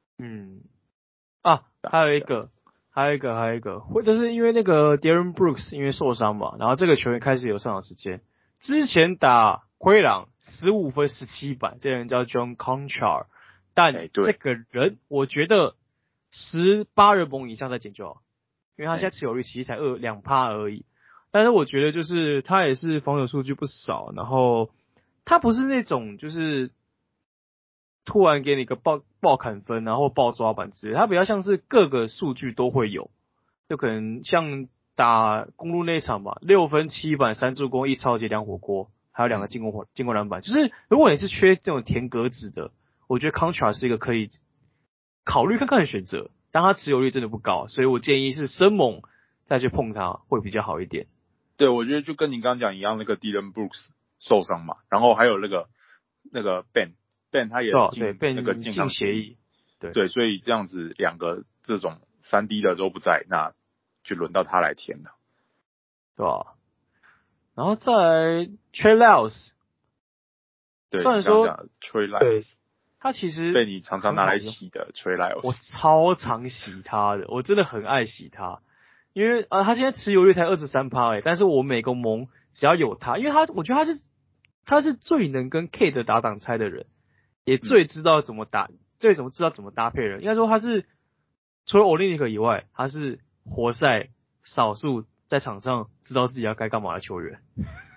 还有一个，就是因为那个 Darren Brooks 因为受伤嘛，然后这个球员开始有上场时间。之前打灰狼15分17板，这个人叫 John Conchar， 但这个人我觉得18人盟以上再捡就好，因为他现在持有率其实才2%而已。但是我觉得就是他也是防守数据不少，然后他不是那种就是突然给你一个爆砍分然后爆抓板之类，他比较像是各个数据都会有，就可能像打公路那一场吧，6分7板3助攻1抄截2火锅，还有2个进攻篮板。就是如果你是缺这种填格子的，我觉得 Contra 是一个可以考虑看看的选择，但他持有率真的不高，所以我建议是生猛再去碰他会比较好一点。 对，我觉得就跟你刚刚讲一样，那个 Dylan Brooks 受伤嘛，然后还有那个 Ben 他也进那个健康协议，对，所以这样子2个这种3D 的都不在，那就轮到他来填了， 对吧？然后再来 Trey Lyles， 对， 虽然说 Trey Lyles， 他其实被你常常拿来洗的 Trey Lyles， 我超常洗他的，我真的很爱洗他。因为他现在持有率才 23%， 但是我每个盟只要有他，因为我觉得他是最能跟 K 的打挡拆的人，也最知道怎么打，最知道怎么搭配人。应该说他是除了 Olynyk 以外，他是活塞少数在场上知道自己要该干嘛的球员。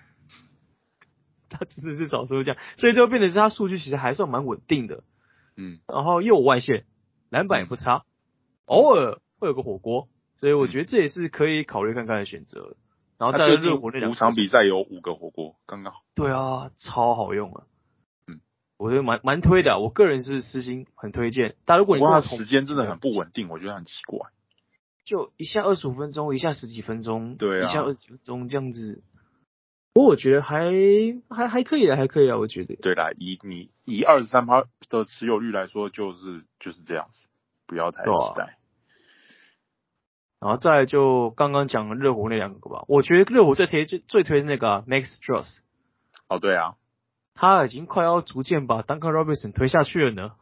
他只是少数这样，所以就变成是他数据其实还算蛮稳定的。然后又有外线，篮板也不差，偶尔会有个火锅。所以我觉得这也是可以考虑看看的选择。然后再热火那2 场比赛有5个火锅，刚刚好。 对啊，超好用啊。我觉得蛮推的，我个人是私心很推荐。但如果你他时间真的很不稳定，我觉得很奇怪。 就一下25分钟，一下10几分钟， 对啊， 一下20几分钟这样子。不过我觉得还可以啊，我觉得。 对啦，以23%的持有率来说，就是这样子，不要太期待。 然后再来就刚刚讲热火那2个吧，我觉得热火最推那个Max Strus。 对啊， 他已经快要逐渐把 Duncan Robinson 推下去了呢。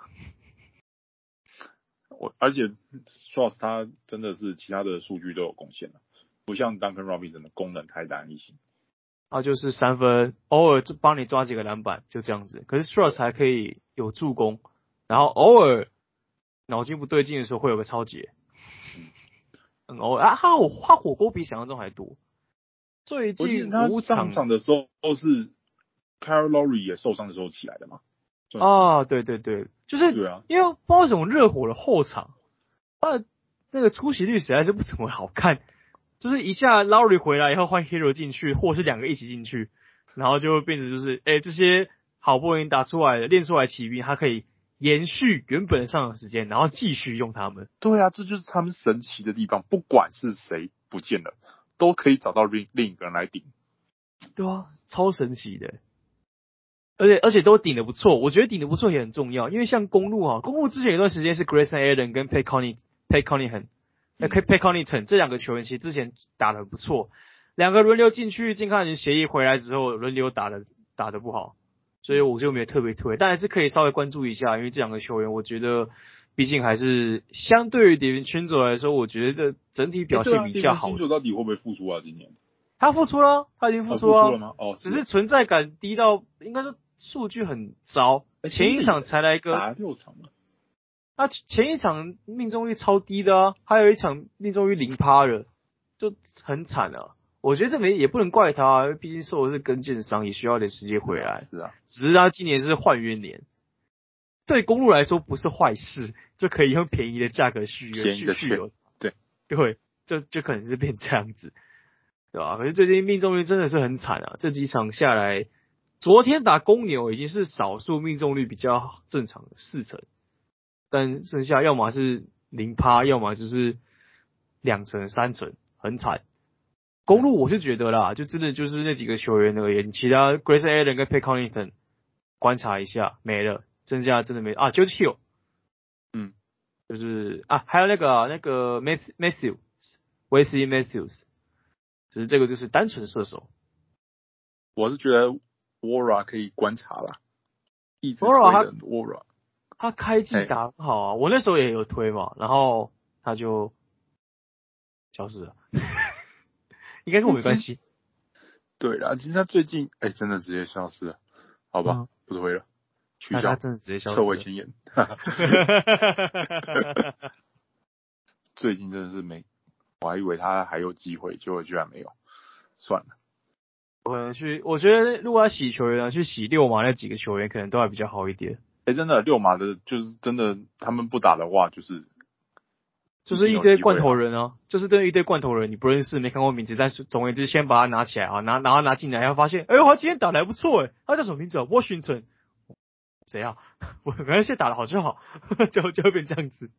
而且 Strus 他真的是其他的数据都有贡献了，不像 Duncan Robinson 的功能太单一性。 他就是3分，偶尔就帮你抓几个篮板，就这样子。可是 Strus 还可以有助攻，然后偶尔脑筋不对劲的时候会有个抄截。偶尔他火锅比想象中还多。最近5场上场的时候都是 Kyle Lowry 也受伤的时候起来的嘛。 对，就是对啊， 因为不知道为什么热火的后场，他的那个出席率实在是不怎么好看。 就是一下 Lowry 回来以后换 Hero 进去，或是两个一起进去，然后就会变成就是这些好不容易打出来的练出来的骑兵，他可以延续原本的上场时间，然后继续用他们。 对啊，这就是他们神奇的地方，不管是谁不见了，都可以找到另一个人来顶。 对啊，超神奇的。而且都顶得不错，我觉得顶得不错也很重要，因为像公路之前有一段时间是 Grayson Allen 跟 Pat Connaughton 这两个球员其实之前打得很不错，两个轮流进去，健康人协议回来之后轮流打得不好，所以我就没有特别推，但还是可以稍微关注一下，因为这两个球员我觉得毕竟还是相对于 DiVincenzo 来说，我觉得整体表现比较好。 DiVincenzo 到底会不会复出啊？今年他复出了，他已经复出了。 复出了吗？哦， 只是存在感低到应该说数据很糟，前一场才来一个打6场了。 他前一场命中率超低的啊，还有一场命中率0%的，就很惨啊。我觉得这也不能怪他啊，毕竟受的是跟腱伤，也需要点时间回来。 是啊， 只是他今年是换约年，对公路来说不是坏事，就可以用便宜的价格续约， 便宜的续约， 对， 就可能是变这样子，对吧？可是最近命中率真的是很惨啊，这几场下来，昨天打公牛已经是少数命中率比较正常的4成，但剩下要么是0%，要么就是2成、3成，很惨。公路我是觉得啦，就真的就是那几个球员而言，其他 Grayson Allen 跟 Pat Connaughton 观察一下没了，剩下真的没啊 ，George Hill， 就是还有那个 Wesley Matthews， 只是这个就是单纯射手。 我是觉得 Wara 可以观察啦，一直推的 Wara， 他开季打很好啊，我那时候也有推嘛，然后他就消失了。应该跟我没关系。 对啦，其实他最近真的直接消失了，好吧，不推了，取消， 他真的直接消失了， 撤回前言。最近真的是没，我还以为他还有机会，结果居然没有，算了。 我觉得如果要洗球员呢，去洗6码那几个球员可能都还比较好一点。 真的6码的，就是真的他们不打的话，就是一堆罐头人啊，就是真的一堆罐头人，你不认识，没看过名字，但是总而言之，先把他拿起来啊，拿进来，然后发现，他今天打得还不错他叫什么名字啊 ？Washington， 谁啊？我原来现在打得好就好，就会变这样子。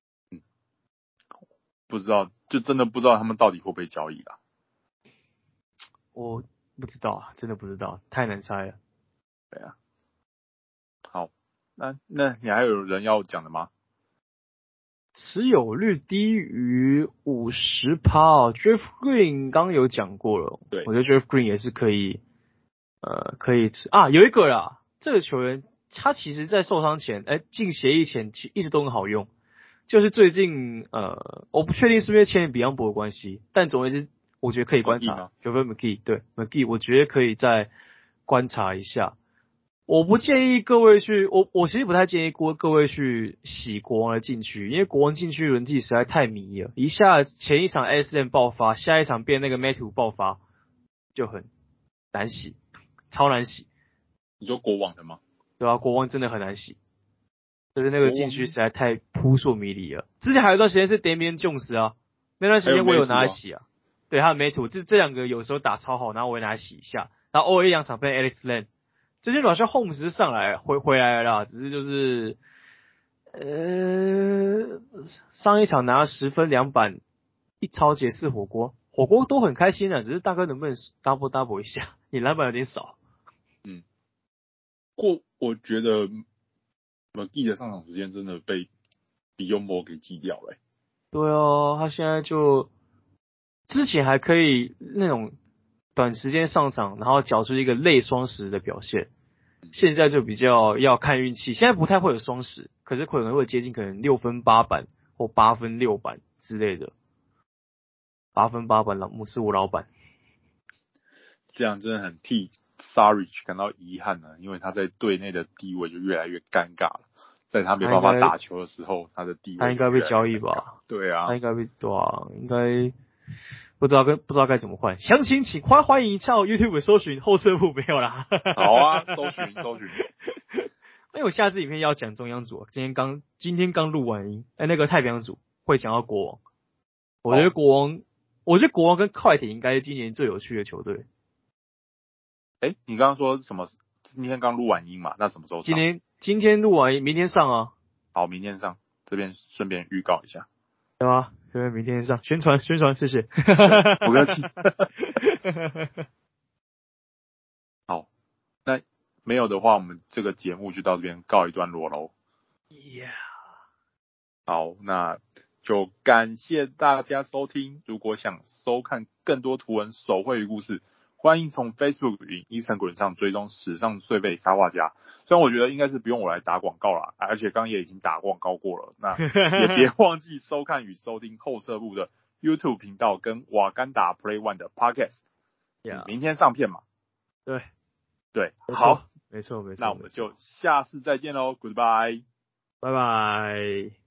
不知道，就真的不知道他们到底会不会交易啦。 我不知道啊，真的不知道，太难猜了。 对啊。好，那你还有人要讲的吗？ 持有率低于50%， Jeff Green 刚有讲过了， 对， 我觉得 Jeff Green 也是可以吃啊。有一个啦，这个球员他其实在受伤前，进协议前一直都很好用，就是最近我不确定是不是签比昂博的关系，但总而言之，我觉得可以观察。Javon McGee， 对 McGee， 我觉得可以再观察一下。我不建议各位去，我其实不太建议各位去洗国王的禁区，因为国王禁区轮替实在太迷了，一下前一场 Aslan 爆发，下一场变那个 Matthew 爆发，就很难洗，超难洗。 你说国王的吗？ 对啊，国王真的很难洗，就是那个禁区实在太扑朔迷离了。之前还有一段时间是 Damian Jones 啊，那段时间我有拿来洗啊，对，还有 Matthew，这两个有时候打超好，然后我也拿来洗一下，然后偶尔一两场被 Alex Len。最近好像 Holmes 是上来回来了啦，只是就是上一场拿了10分2板1抄截4火锅都很开心的，只是大哥能不能 double 一下？你篮板有点少。 我觉得 McGee 的上场时间真的被比用博给击掉了。 对啊，他现在就之前还可以那种短时间上场，然后缴出一个类双10的表现。现在就比较要看运气，现在不太会有双10，可是可能会接近可能6分8板或8分6板之类的。8分8板是我老板。 这样真的很替 Saric 感到遗憾呢，因为他在队内的地位就越来越尴尬了。在他没办法打球的时候，他的地位他应该被交易吧？ 对啊， 他应该被应该不知道该怎么换。详情请欢迎到 YouTube 搜寻后撤步，没有啦。 好啊，搜寻。 因为我下次影片要讲中央组，今天刚录完音，那个太平洋组会讲到国王。我觉得国王我觉得国王跟快艇应该是今年最有趣的球队。 你刚刚说什么？今天刚录完音嘛？那什么时候上？ 今天录完，明天上啊。 好，明天上。这边顺便预告一下。 对啊，明天上宣传，谢谢。 不客气。好，那没有的话，我们这个节目就到这边告一段落喽。 Yeah。 好，那就感谢大家收听。如果想收看更多图文手绘与故事，欢迎从 Facebook 与 Instagram 上追踪史上最废插画家。虽然我觉得应该是不用我来打广告啦，而且刚刚也已经打广告过了。那也别忘记收看与收听后撤部的 YouTube 频道跟瓦干达 Play One 的 Podcast。明天上片嘛？对，好， 没错。 那我们就下次再见喽 ，Goodbye， 拜拜。